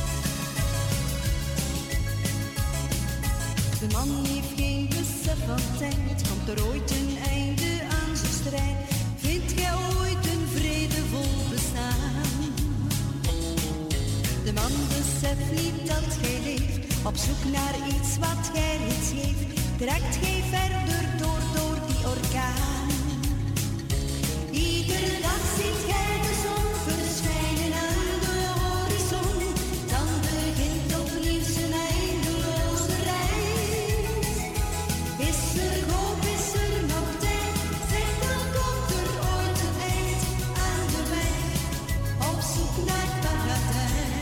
De man heeft geen besef van tijd, komt er ooit een einde aan zijn strijd, vindt gij ooit een vredevol bestaan? De man beseft niet dat gij leeft, op zoek naar iets wat gij reeds heeft, trekt gij verder door, door die orkaan. Iedere dag ziet gij de zon verschijnen aan de horizon, dan begint opnieuw zijn eindeloze reis. Is er hoop, is er nog tijd, zeg dan komt er ooit een eind aan de weg, op zoek naar het paradijs.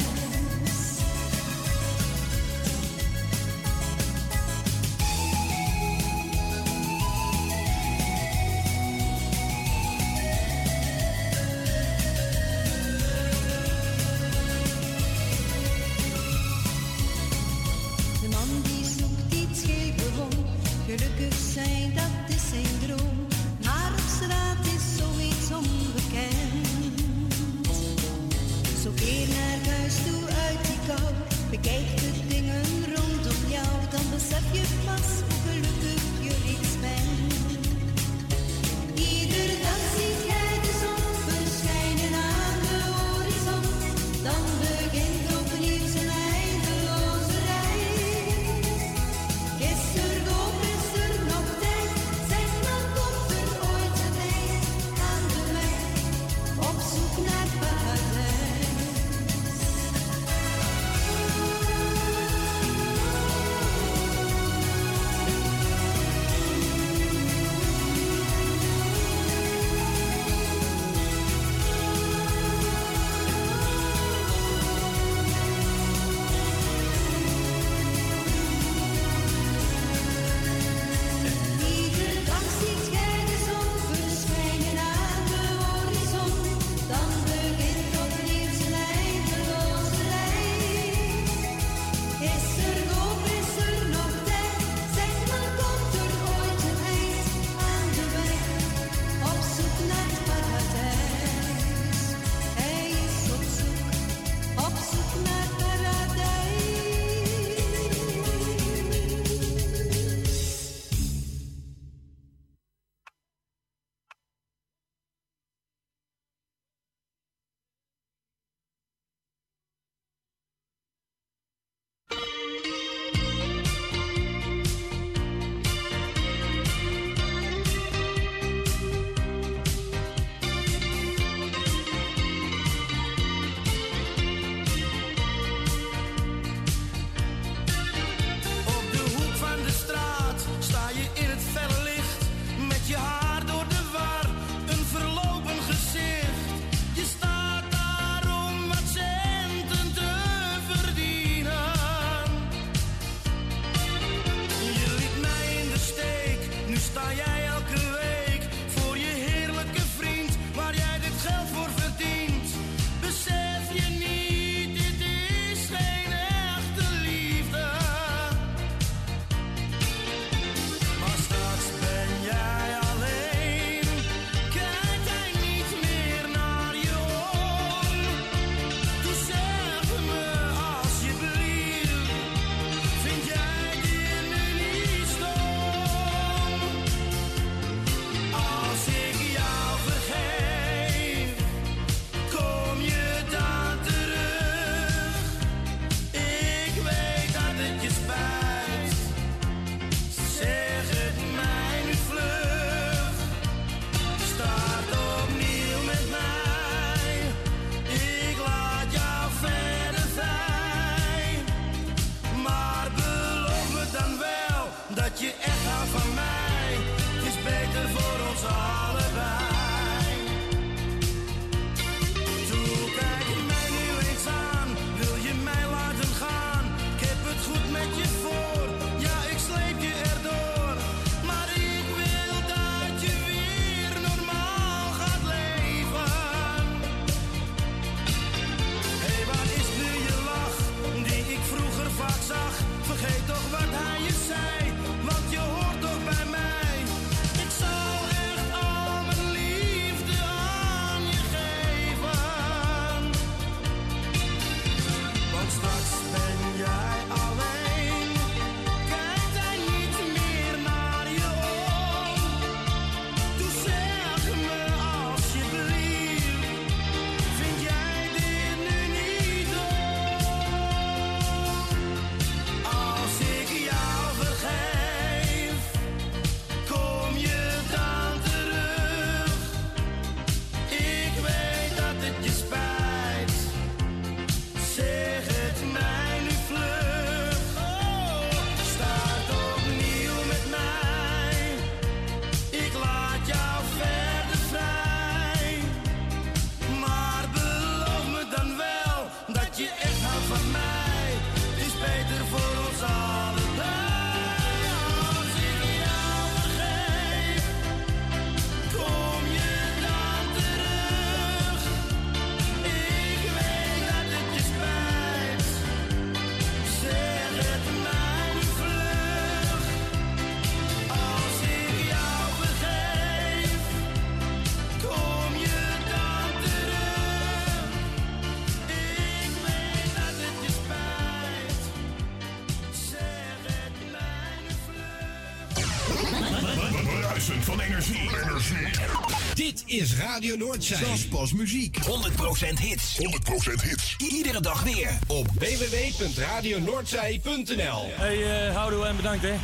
is Radio Noordzij. Dat is pas muziek. honderd procent hits. honderd procent hits. Iedere dag weer. Op w w w punt radio noordzij punt n l. Hey, uh, houdoe en bedankt hè.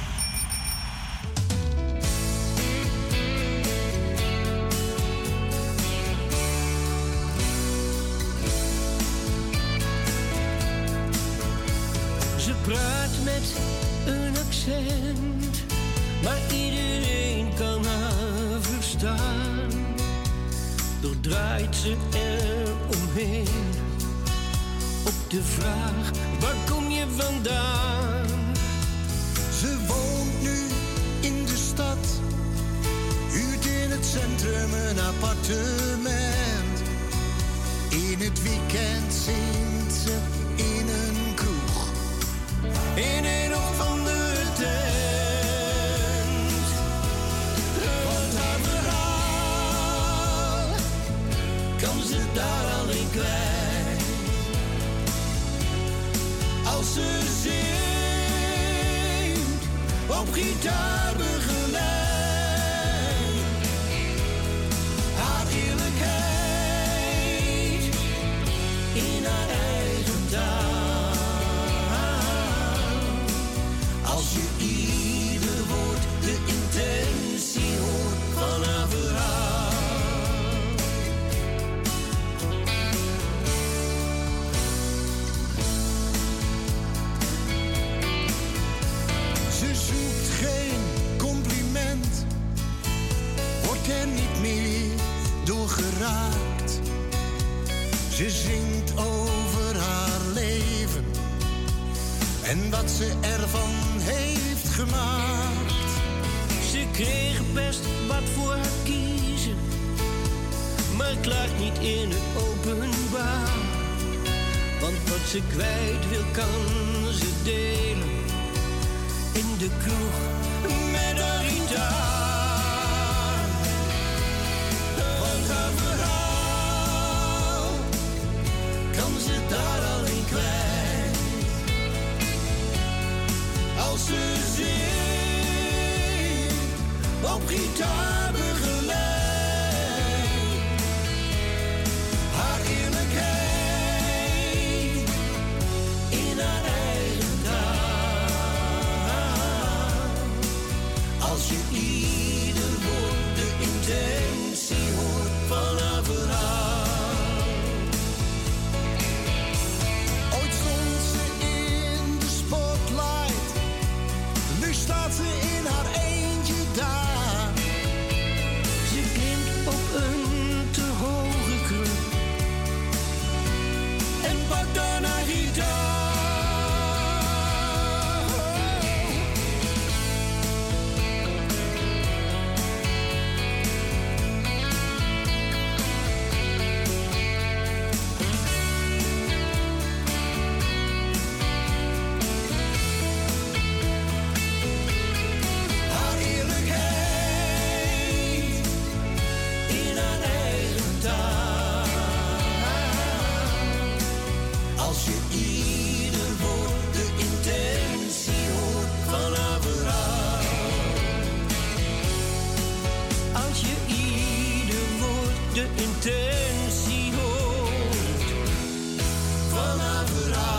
Ze praat met een accent, maar iedereen kan haar verstaan. Toch draait ze er omheen op de vraag, waar kom je vandaan? Ze woont nu in de stad, huurt in het centrum een appartement. In het weekend zingt ze in een kroeg, in een of andere tent. Want haar verhaal kan ze daar alleen kwijt. Als ze zingt, op gitaar begeleid. Haar eerlijkheid in haar eigen taal. Als je ieder woord de intentie hoort van haar verhaal. Ze zoekt geen compliment, wordt er niet meer door geraakt. Ze zingt over haar leven en wat ze ervan heeft gemaakt. Ze kreeg best wat voor haar kiezen, maar klaagt niet in het openbaar. Want wat ze kwijt wil, kan ze delen in de kroeg met haar gitaar. Want haar verhaal kan ze daar alleen kwijt. Als ze zingt, op gitaar begeleid. Haar eerlijkheid in haar eigen taal. Als je ieder woord de intentie hoort van haar verhaal. Ooit stond ze in de spotlight, nu staat ze in haar eentje daar. Ze klimt op een te hoge kruk en pakt dan haar gitaar. Haar eerlijkheid in haar eigen taal. Als je ieder woord de intentie hoort van haar verhaal. Als je ieder woord de intentie hoort van haar verhaal.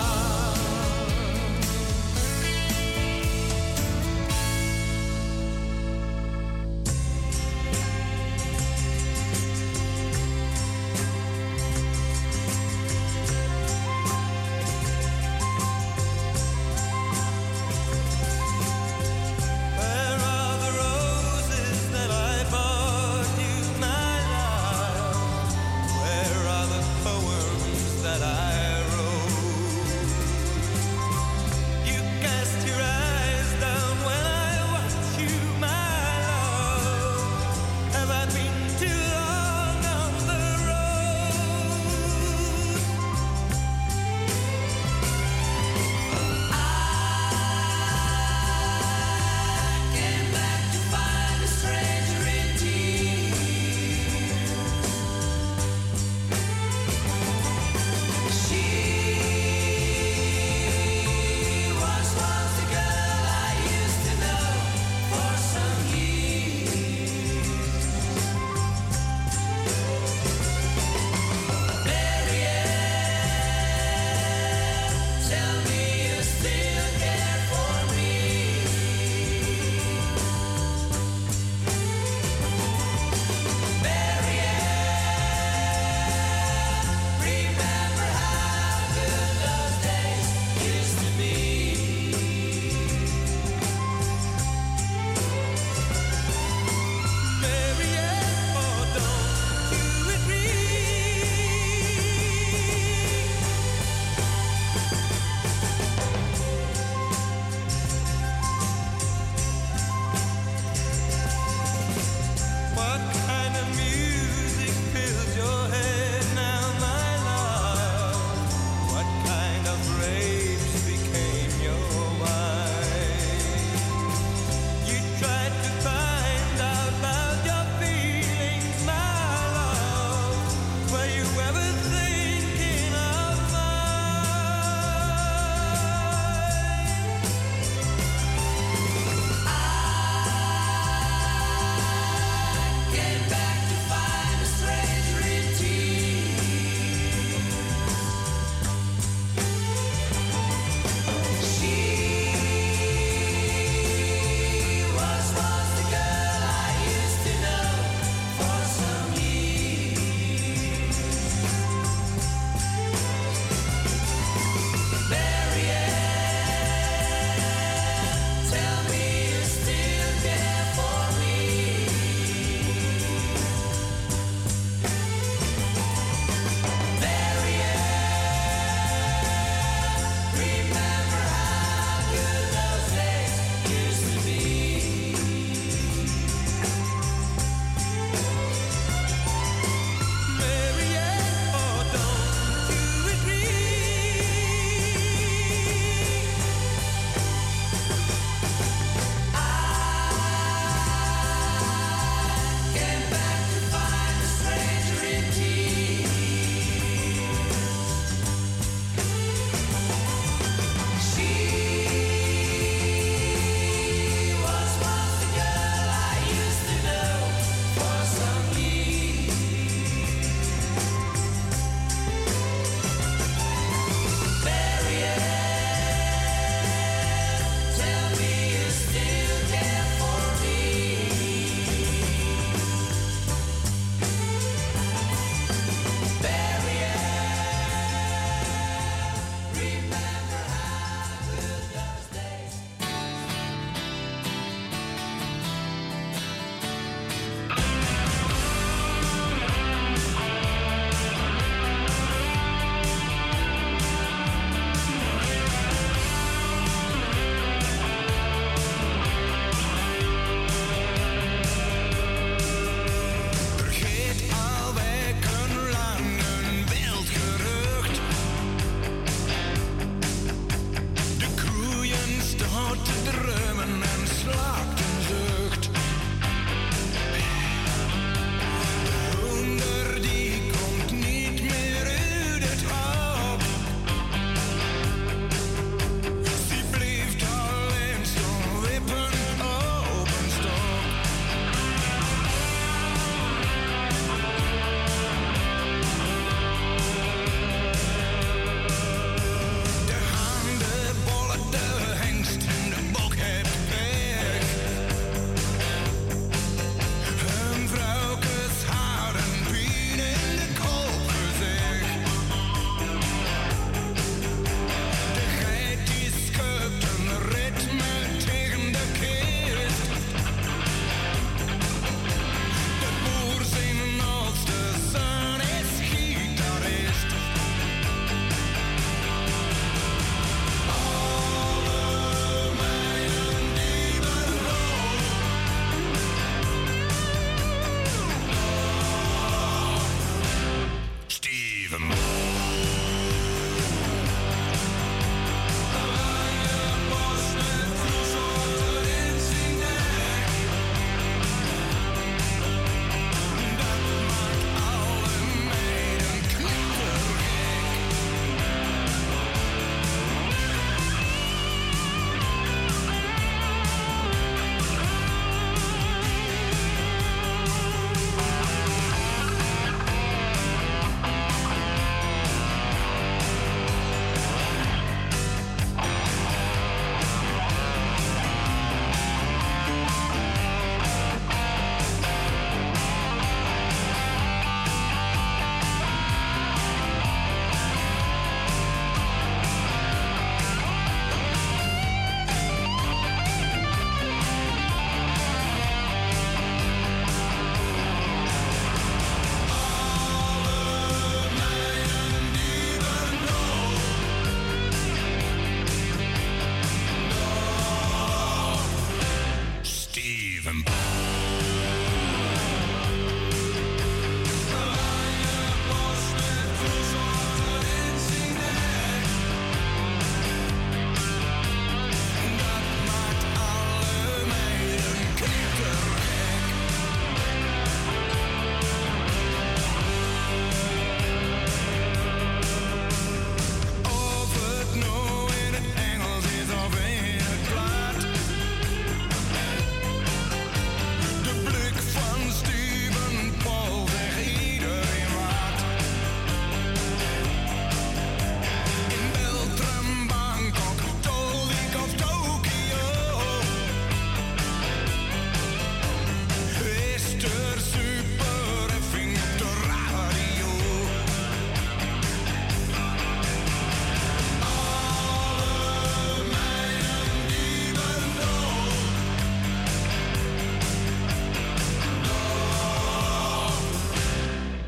Where are the roses that I bought you, my love?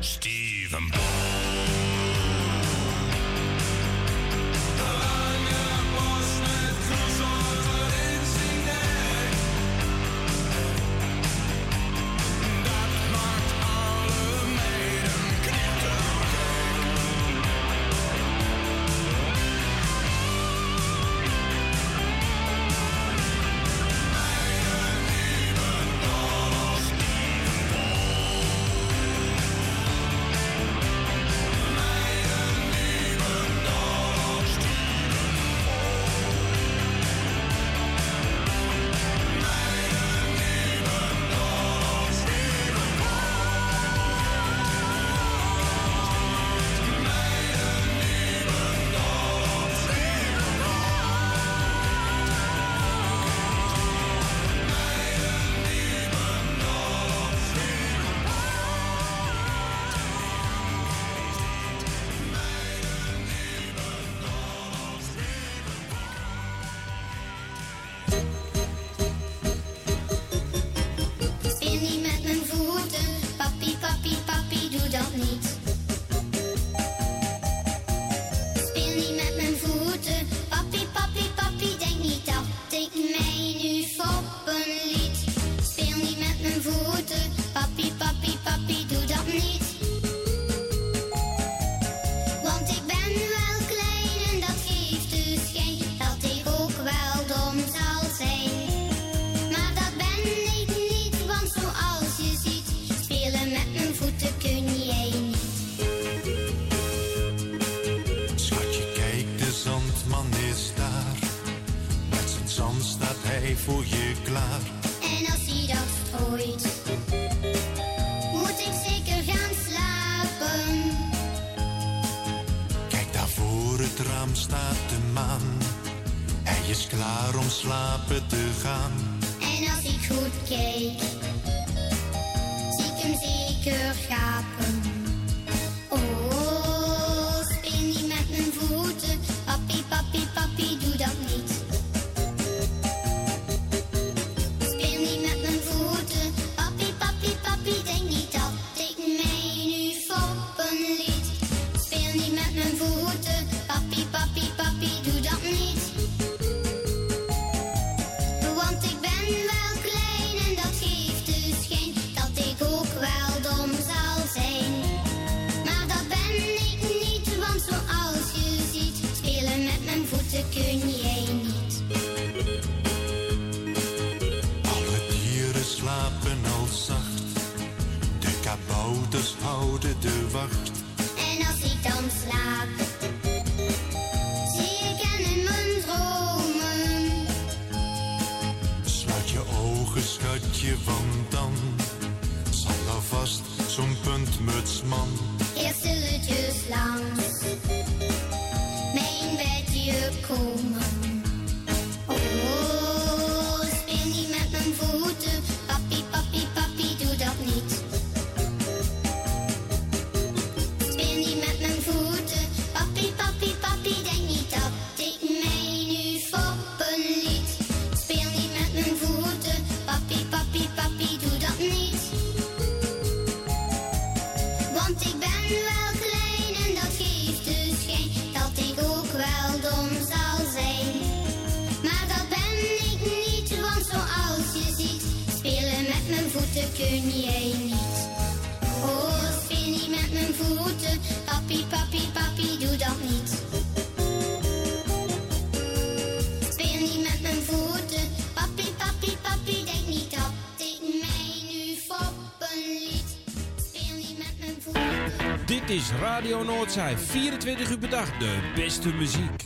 Steven Dit is Radio Noordzij, vierentwintig uur per dag, de beste muziek.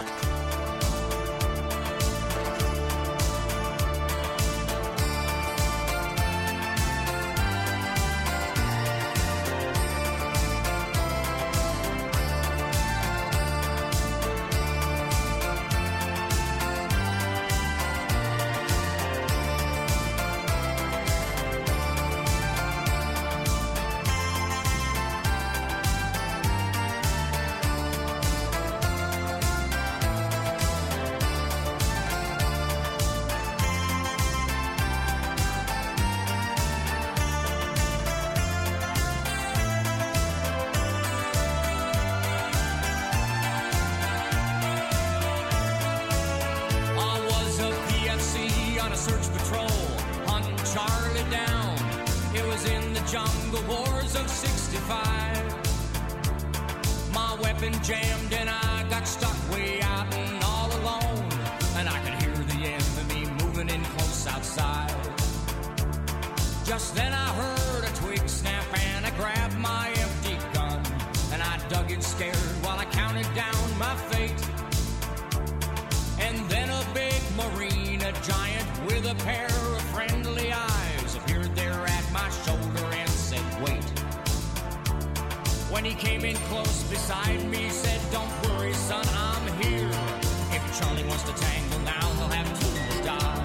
jungle wars of sixty-five. My weapon jammed and I got stuck way out and all alone. And I could hear the enemy moving in close outside. Just then I heard a twig snap and I grabbed my empty gun. And I dug in scared while I counted down my fate. And then a big marine, a giant with a pair of friendly eyes, appeared there at my shoulder and said, wait. When he came in close beside me, said, don't worry, son, I'm here. If Charlie wants to tangle now, he'll have two to die.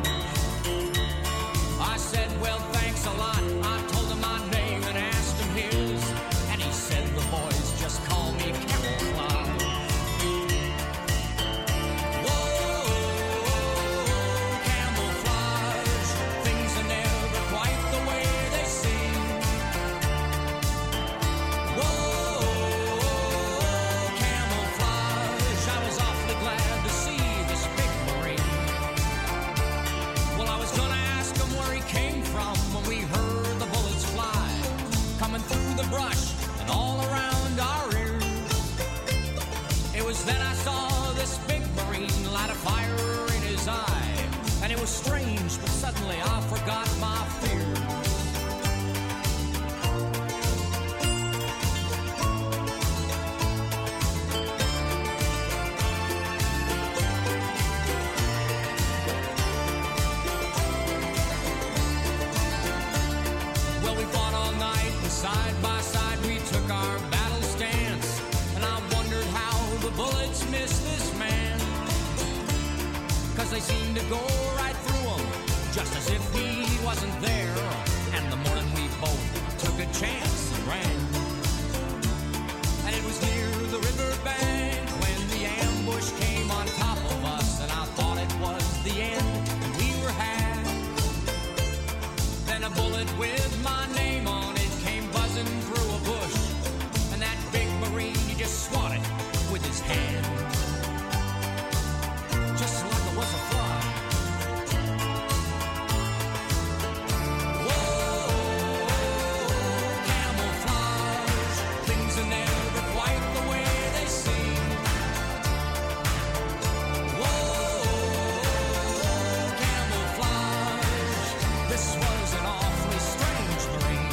I said, well, thanks a lot. I told him my name and asked him his. And he said, the boys just call me Camouflage. Through the brush and all around our ears. It was then I saw this big marine light a fire in his eye. And it was strange, but suddenly I forgot my fear. Side by side we took our battle stance. And I wondered how the bullets missed this man. Cause they seemed to go right through him, just as if he wasn't there. And the morning we both took a chance and ran. And it was near the river bank when the ambush came on top of us. And I thought it was the end and we were had. Then a bullet with my name on it buzzing through a bush, and that big marine, he just swatted with his hand, just like it was a fly. Whoa, camouflage, things are never quite the way they seem. Whoa, camouflage, this was an awfully strange marine.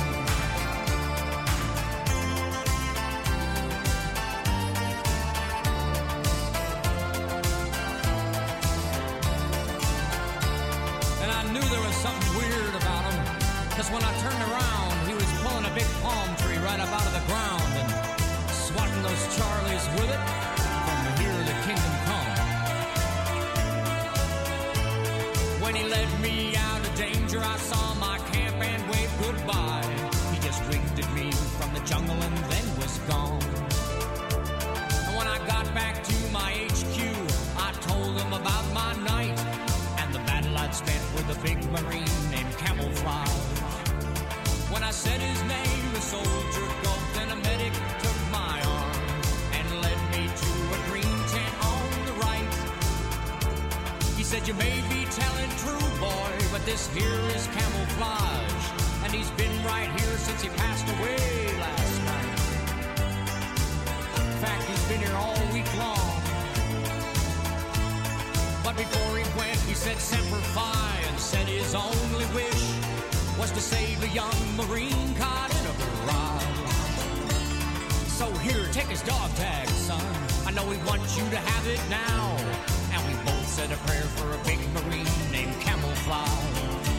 Something weird about him, because when I turned around, he was pulling a big palm tree right up out of the ground and swatting those Charlies with it from here the kingdom come. When he led me out of danger, I saw my camp and waved goodbye. He just winked at me from the jungle and then was gone. And when I got back to my H Q, I told him about my night and the battle I'd spent with a big marine named Camouflage. When I said his name, the soldier gulped and a medic took my arm and led me to a green tent on the right. He said, you may be telling true, boy, but this here is Camouflage, and he's been right here since he passed away last night. In fact, he's been here all week long. But before he went, he said Semper Fi and said his only wish was to save a young Marine caught in a barrage. So here, take his dog tag, son. I know he wants you to have it now. And we both said a prayer for a big Marine named Camouflage.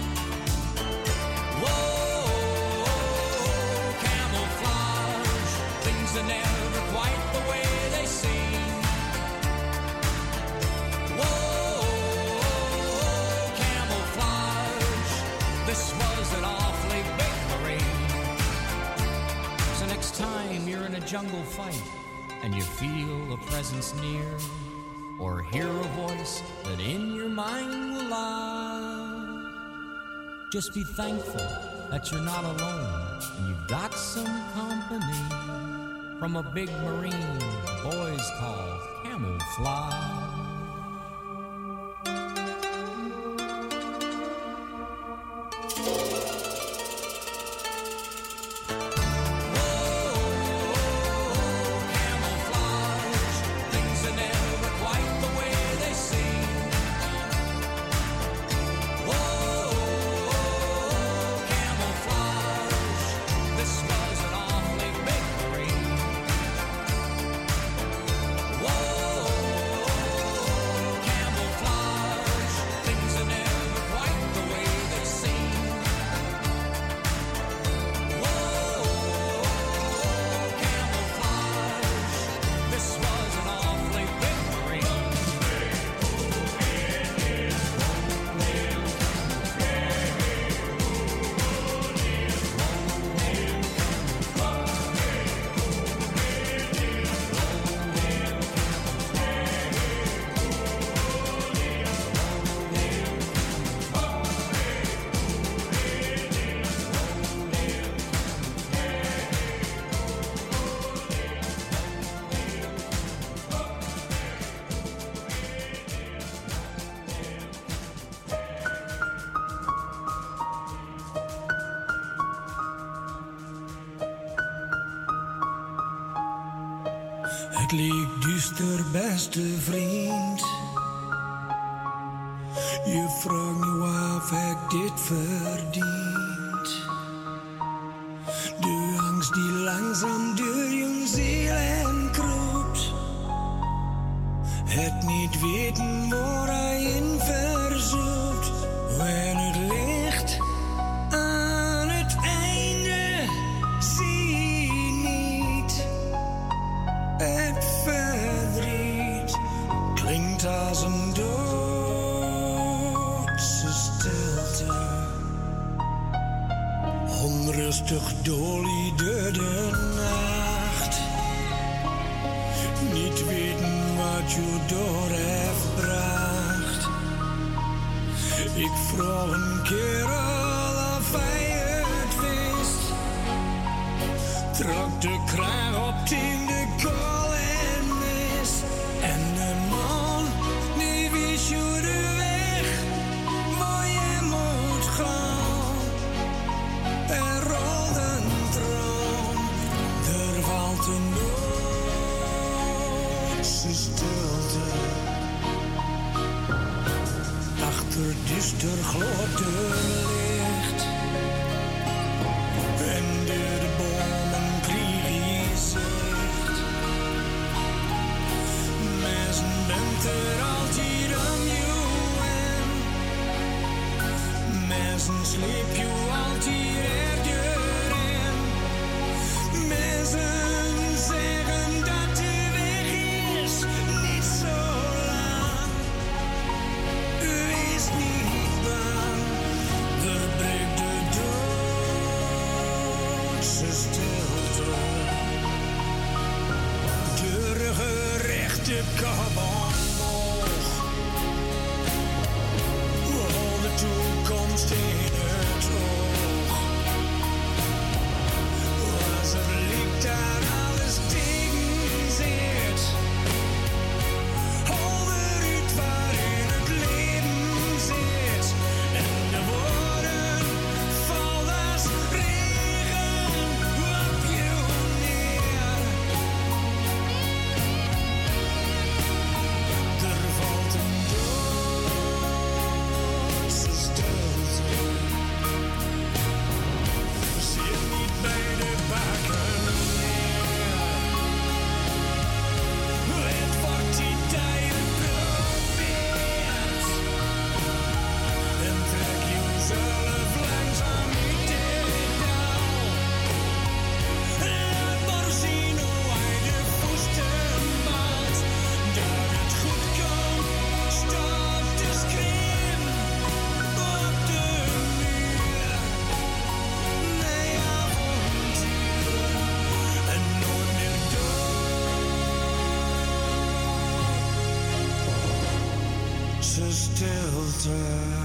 Whoa, camouflage, things are never quite the way they seem. Whoa, camouflage, this was an awfully big marine. So next time you're in a jungle fight and you feel a presence near, or hear a voice that in your mind will lie, just be thankful that you're not alone and you've got some company from a big marine the boys call Camouflage. Het leek duister, beste vriend. Je vraagt nu af, heb ik dit verdiend? De angst die langzaam door je ziel heen kropt. Het niet weten waar hij in verzoekt. Wanneer het licht aan het einde zie niet. Het verdriet klinkt als een doodse stilte. Onrustig doorliede de nacht. Niet weten wat je door heeft bracht. Ik vroeg een keer al of hij het wist. Trok de kraag op in de kool en mis. En de man die wist je de weg waar je moet gaan. Er rolt een droom, er valt een doodse stilte. Achter duister gloort er licht. En door de bomen kreeg je zicht. Mensen bent er altijd om je heen. Mensen sleep je altijd erdoorheen. Mensen zeggen dat de weg is niet zo lang. Wees niet bang, er breekt de doodse stilte. De gerechte kop omhoog. Al de toekomst in het oog. Als er licht daar alles tegen zit. Al eruit waarin het leven zit. En de woorden vallen als regen op je neer. Er valt een doodse stilte. Zit niet bij de bakken neer. Het wordt die tijd geprobeerd. En trek jezelf langzaam uit dit dal. Laat maar zien hoe hij de voeten bouwt. Dat het goed komt, staat de scream op de muur. Nee, avonturen en nooit meer doodse stilte.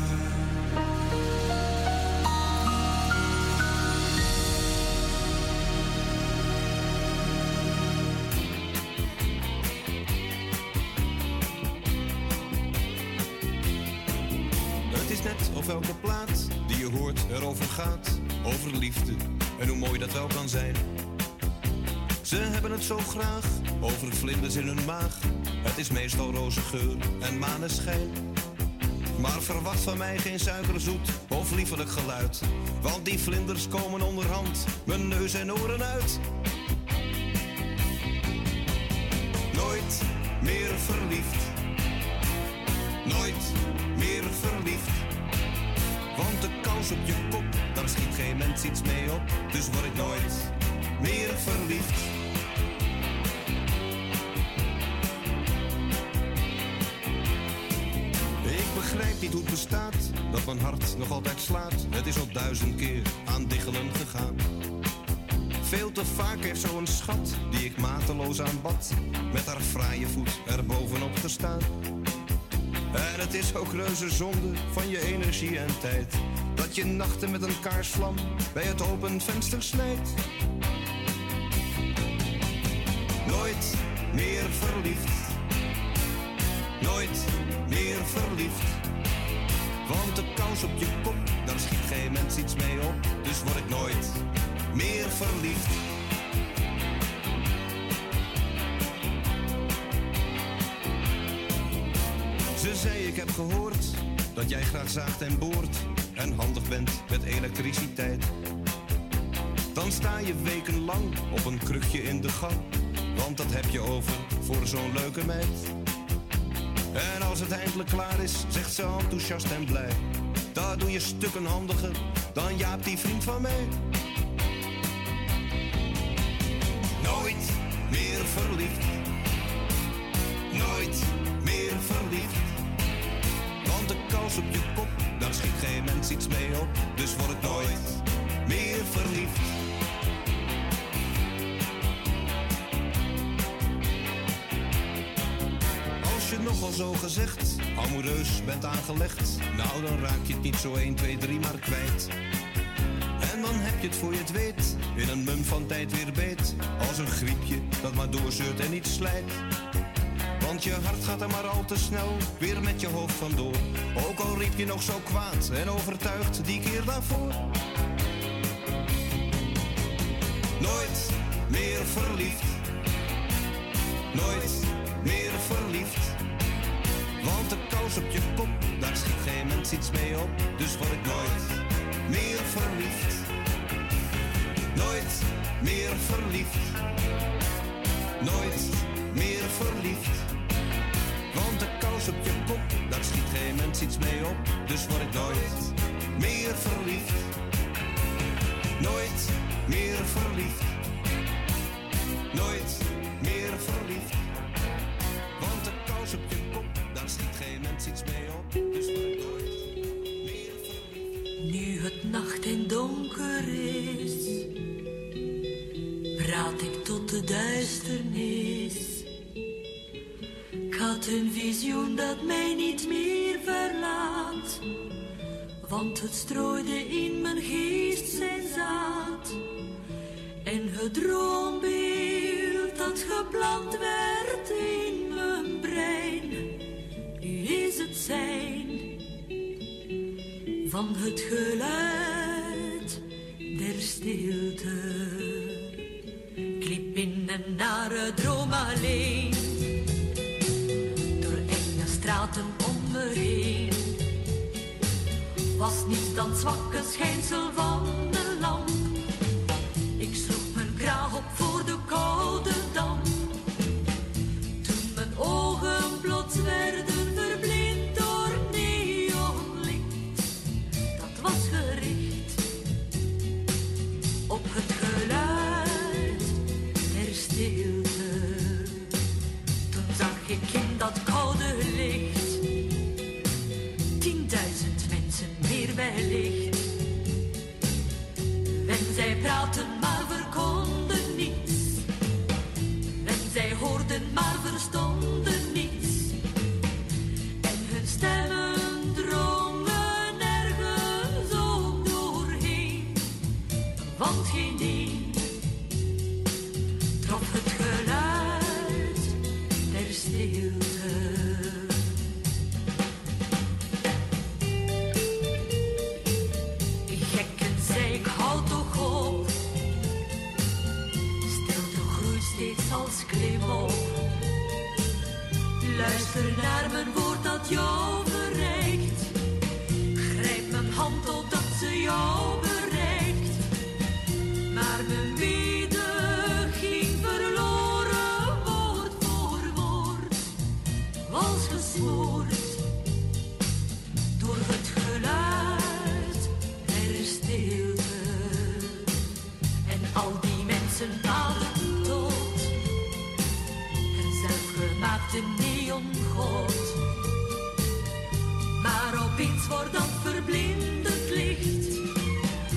Het is net of elke plaat die je hoort erover gaat. Over liefde en hoe mooi dat wel kan zijn. Ze hebben het zo graag over vlinders in hun maag. Het is meestal roze geur en maneschijn. Maar verwacht van mij geen suikerzoet of liefelijk geluid. Want die vlinders komen onderhand mijn neus en oren uit. Nooit meer verliefd. Nooit meer verliefd. Want de kous op je kop, daar schiet geen mens iets mee op. Dus word ik nooit meer verliefd. Ik begrijp niet hoe het bestaat, dat mijn hart nog altijd slaat. Het is al duizend keer aan diggelen gegaan. Veel te vaak heeft zo'n schat, die ik mateloos aanbad, met haar fraaie voet er bovenop gestaan. En het is ook reuze zonde van je energie en tijd, dat je nachten met een kaarsvlam bij het open venster snijdt. Nooit meer verliefd. Nooit meer verliefd. Want de kous op je kop, daar schiet geen mens iets mee op. Dus word ik nooit meer verliefd. zei ik heb gehoord dat jij graag zaagt en boort en handig bent met elektriciteit. Dan sta je wekenlang op een krukje in de gang, want dat heb je over voor zo'n leuke meid. En als het eindelijk klaar is, zegt ze enthousiast en blij: dat doe je stukken handiger dan Jaap, die vriend van mij. Nooit meer verliefd, nooit meer verliefd. Want de kous op je kop, daar schiet geen mens iets mee op. Dus word ik nooit meer verliefd. Als je nogal zo gezegd amoureus bent aangelegd, nou dan raak je het niet zo één, twee, drie maar kwijt. En dan heb je het voor je het weet in een mum van tijd weer beet, als een griepje dat maar doorzeurt en niet slijt. Want je hart gaat er maar al te snel weer met je hoofd vandoor, ook al riep je nog zo kwaad en overtuigd die keer daarvoor. Nooit meer verliefd, nooit meer verliefd. Want de kous op je kop, daar schiet geen mens iets mee op. Dus word ik nooit meer verliefd. Nooit meer verliefd. Nooit meer verliefd. Want de kous op je kop, daar schiet geen mens iets mee op. Dus word ik nooit meer verliefd. Nooit meer verliefd. Nooit meer verliefd. Want de kous op je kop, daar schiet geen mens iets mee op. Dus word ik nooit meer verliefd. Nu het nacht en donker is, praat ik tot de duisternis. Ik had een visioen dat mij niet meer verlaat, want het strooide in mijn geest zijn zaad. En het droombeeld dat geplant werd in mijn brein, nu is het zijn van het geluid der stilte. Ik liep in een nare droom alleen, door enge straten om me heen. Was niets dan zwakke schijnsel van de lamp. Ik sloeg mijn kraag op voor de koude damp. Toen mijn ogen plots werden verblind door neonlicht, dat was gericht op het geluid der stilte. Toen zag ik in dat koude licht tienduizend mensen meer wellicht. En zij praten maar verkonden niets. En zij hoorden maar verstonden niets. En hun stemmen drongen nergens ook doorheen. Want geen een trof het geluid der stilte. Gekken zei ik, houd toch op. Stilte groeit steeds als klimop. Luister naar mijn woord dat jou verrijkt. Grijp mijn hand op dat ze jou bereikt. Maar mijn bede ging verloren, woord voor woord, was gesmoord door het geluid der stilte. En al die mensen dalen dood, een zelfgemaakte neongod. Maar opeens wordt dat verblindend licht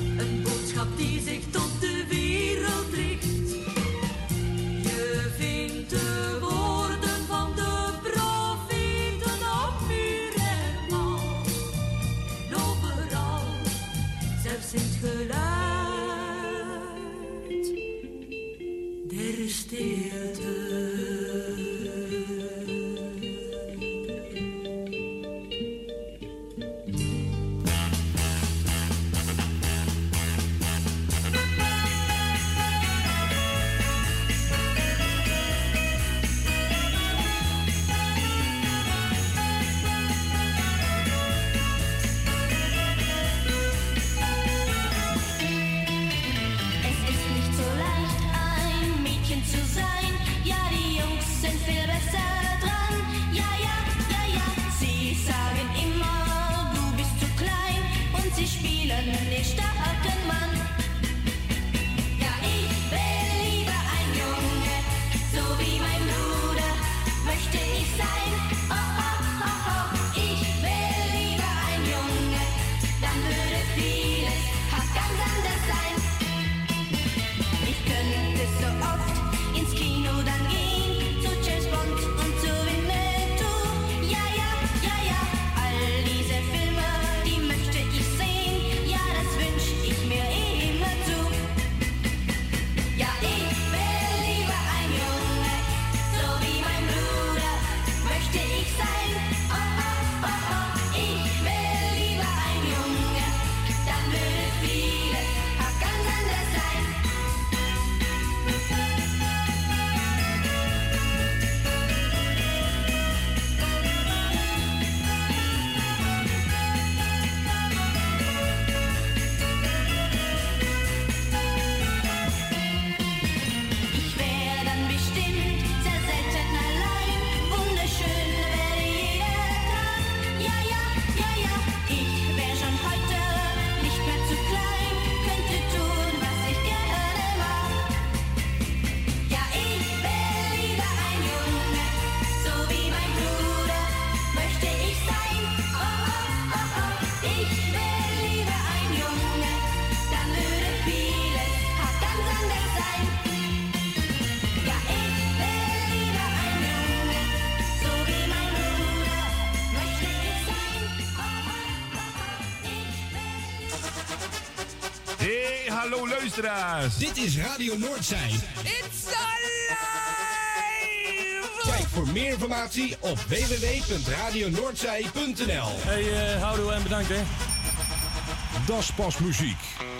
hallo luisteraars. Dit is Radio Noordzij. It's alive! Kijk voor meer informatie op w w w punt radio noordzij punt n l. Hey, uh, houdoe en bedankt, hè. Das pas muziek.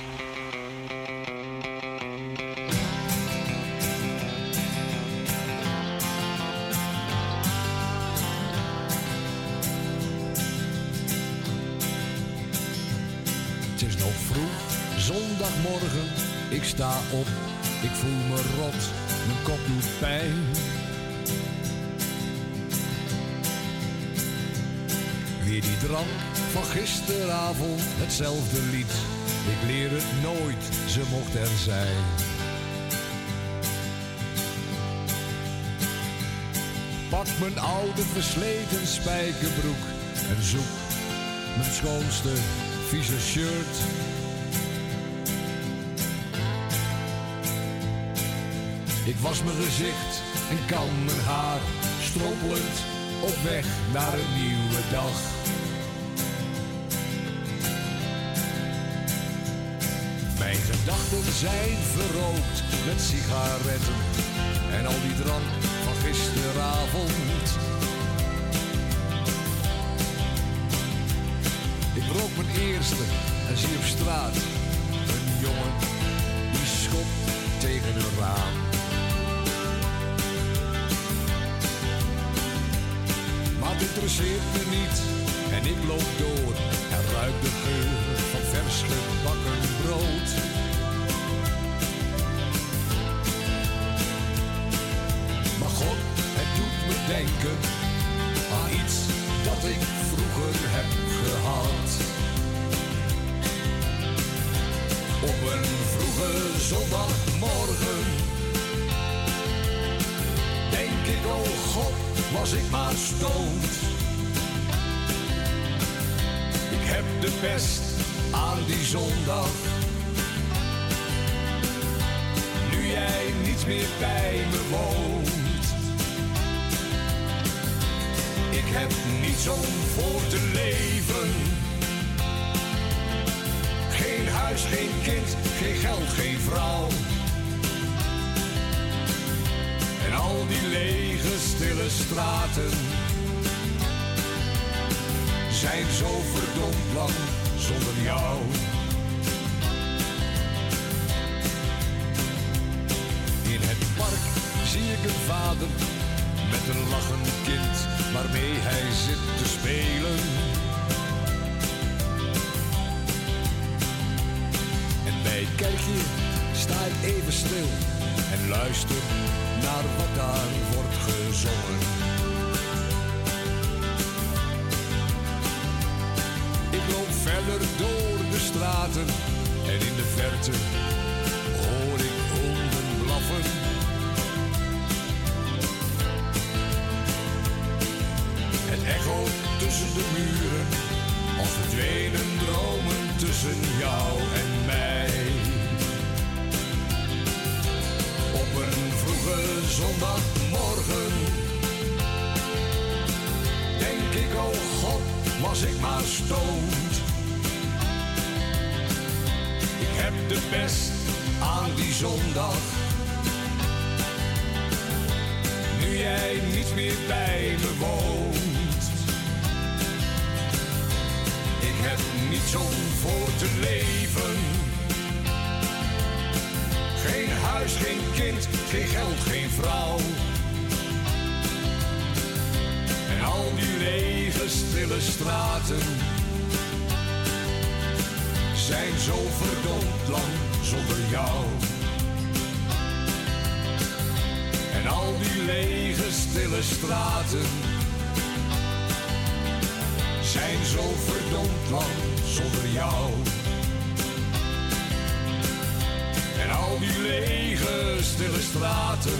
Het is nog vroeg, zondagmorgen, ik sta op, ik voel me rot, mijn kop doet pijn. Weer die drank van gisteravond, hetzelfde lied, ik leer het nooit, ze mocht er zijn. Pak mijn oude versleten spijkerbroek en zoek mijn schoonste vieze shirt. Ik was mijn gezicht en kam mijn haar, strompelend op weg naar een nieuwe dag. Mijn gedachten zijn verrookt met sigaretten en al die drank van gisteravond. Ik rook mijn eerste en zie op straat een jongen die schopt tegen een raam. Maar het interesseert me niet en ik loop door en ruik de geur van vers gebakken brood. Maar God, het doet me denken aan iets dat ik vroeger heb gehad. Op een vroege zondagmorgen denk ik, oh God, was ik maar stoned. Ik heb de pest aan die zondag. Nu jij niet meer bij me woont. Ik heb niets om voor te leven. Geen huis, geen kind, geen geld, geen vrouw. En al die lege, stille straten zijn zo verdomd lang zonder jou. In het park zie ik een vader met een lachend kind waarmee hij zit te spelen. En bij het kerkje sta ik even stil en luister naar wat daar wordt gezongen. Ik loop verder door de straten en in de verte hoor ik honden blaffen. Het echo tussen de muren, als verdwenen dromen tussen jou en mij. Op een vroege zondagmorgen denk ik, oh God, was ik maar stoned. Ik heb de pest aan die zondag. Nu jij niet meer bij me woont. Ik heb niets om voor te leven. Geen huis, geen kind, geen geld, geen vrouw. En al die lege, stille straten zijn zo verdomd lang zonder jou. En al die lege, stille straten zijn zo verdomd lang zonder jou. En al die lege, stille straten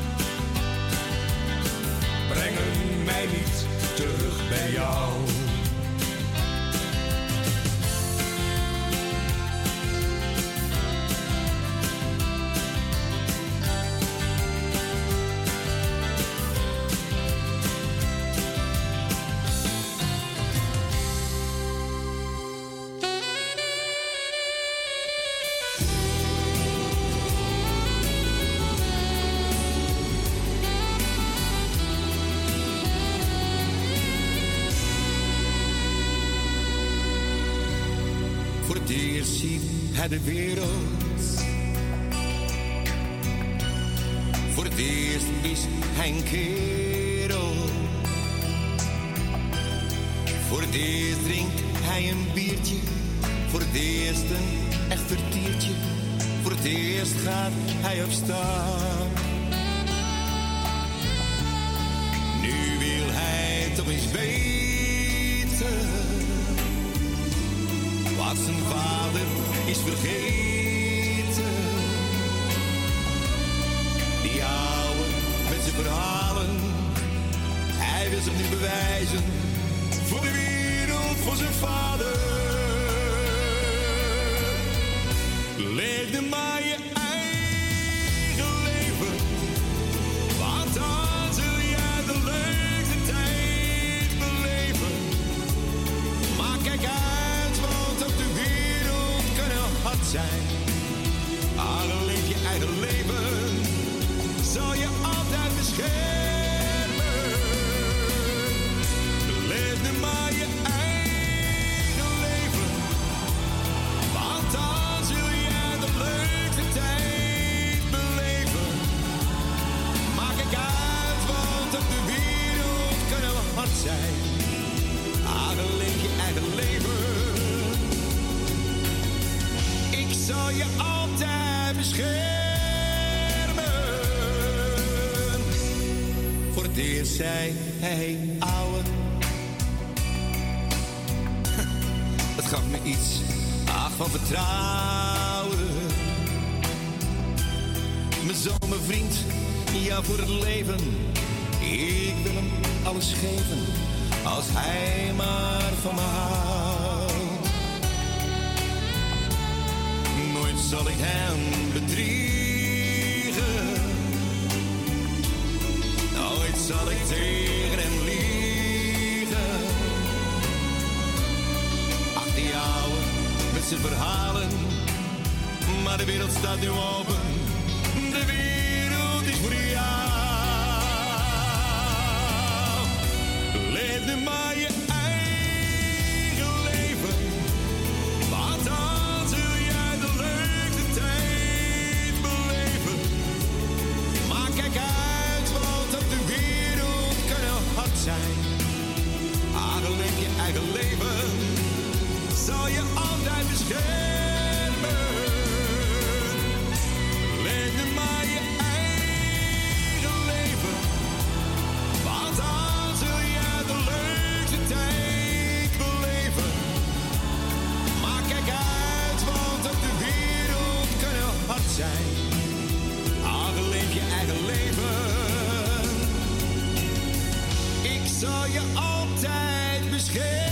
brengen mij niet terug bij jou. eerst ziet hij de wereld. Voor het eerst is hij een kerel. Voor het eerst drinkt hij een biertje. Voor het eerst een echt vertiertje. Voor het eerst gaat hij op stap. Nu wil hij toch eens weten wat zijn vader is vergeten. Die ouwe met zijn verhalen, hij wil zich nu bewijzen voor de wereld, voor zijn vader. Leef nu maar je eigen leven, want dan zul jij de leukste tijd beleven. Maar kijk uit, want op de wereld kan heel hard zijn. Maar leef je eigen leven, zal je altijd beschermen. Leef nu maar je eigen leven, want dan zul jij de leukste tijd beleven. Maar kijk uit, want op de wereld kan heel hard zijn. Maar leef je eigen leven, ik zal je altijd beschermen. Voor het eerst zei hij, ouwe, dat gaf me iets, ach, van vertrouwen. Mijn zoon, mijn vriend, ja, voor het leven. Ik wil hem alles geven, als hij maar van me houdt. Nooit zal ik hem bedriegen. Nooit zal ik tegen hem liegen. Ach, die ouwe met zijn verhalen. Maar de wereld staat nu open. De wereld is voor jou. Leef nu maar je eigen leven, want dan zul jij de leukste tijd beleven. Maar kijk uit, want op de wereld kan heel hard zijn. Maar leef je eigen leven, zal je altijd beschermen. Leef nu maar je eigen leven, want dan zul jij de leukste tijd beleven. Maar kijk uit, want op de wereld kan heel hard zijn. Maar leef je eigen leven, ik zal je altijd beschermen.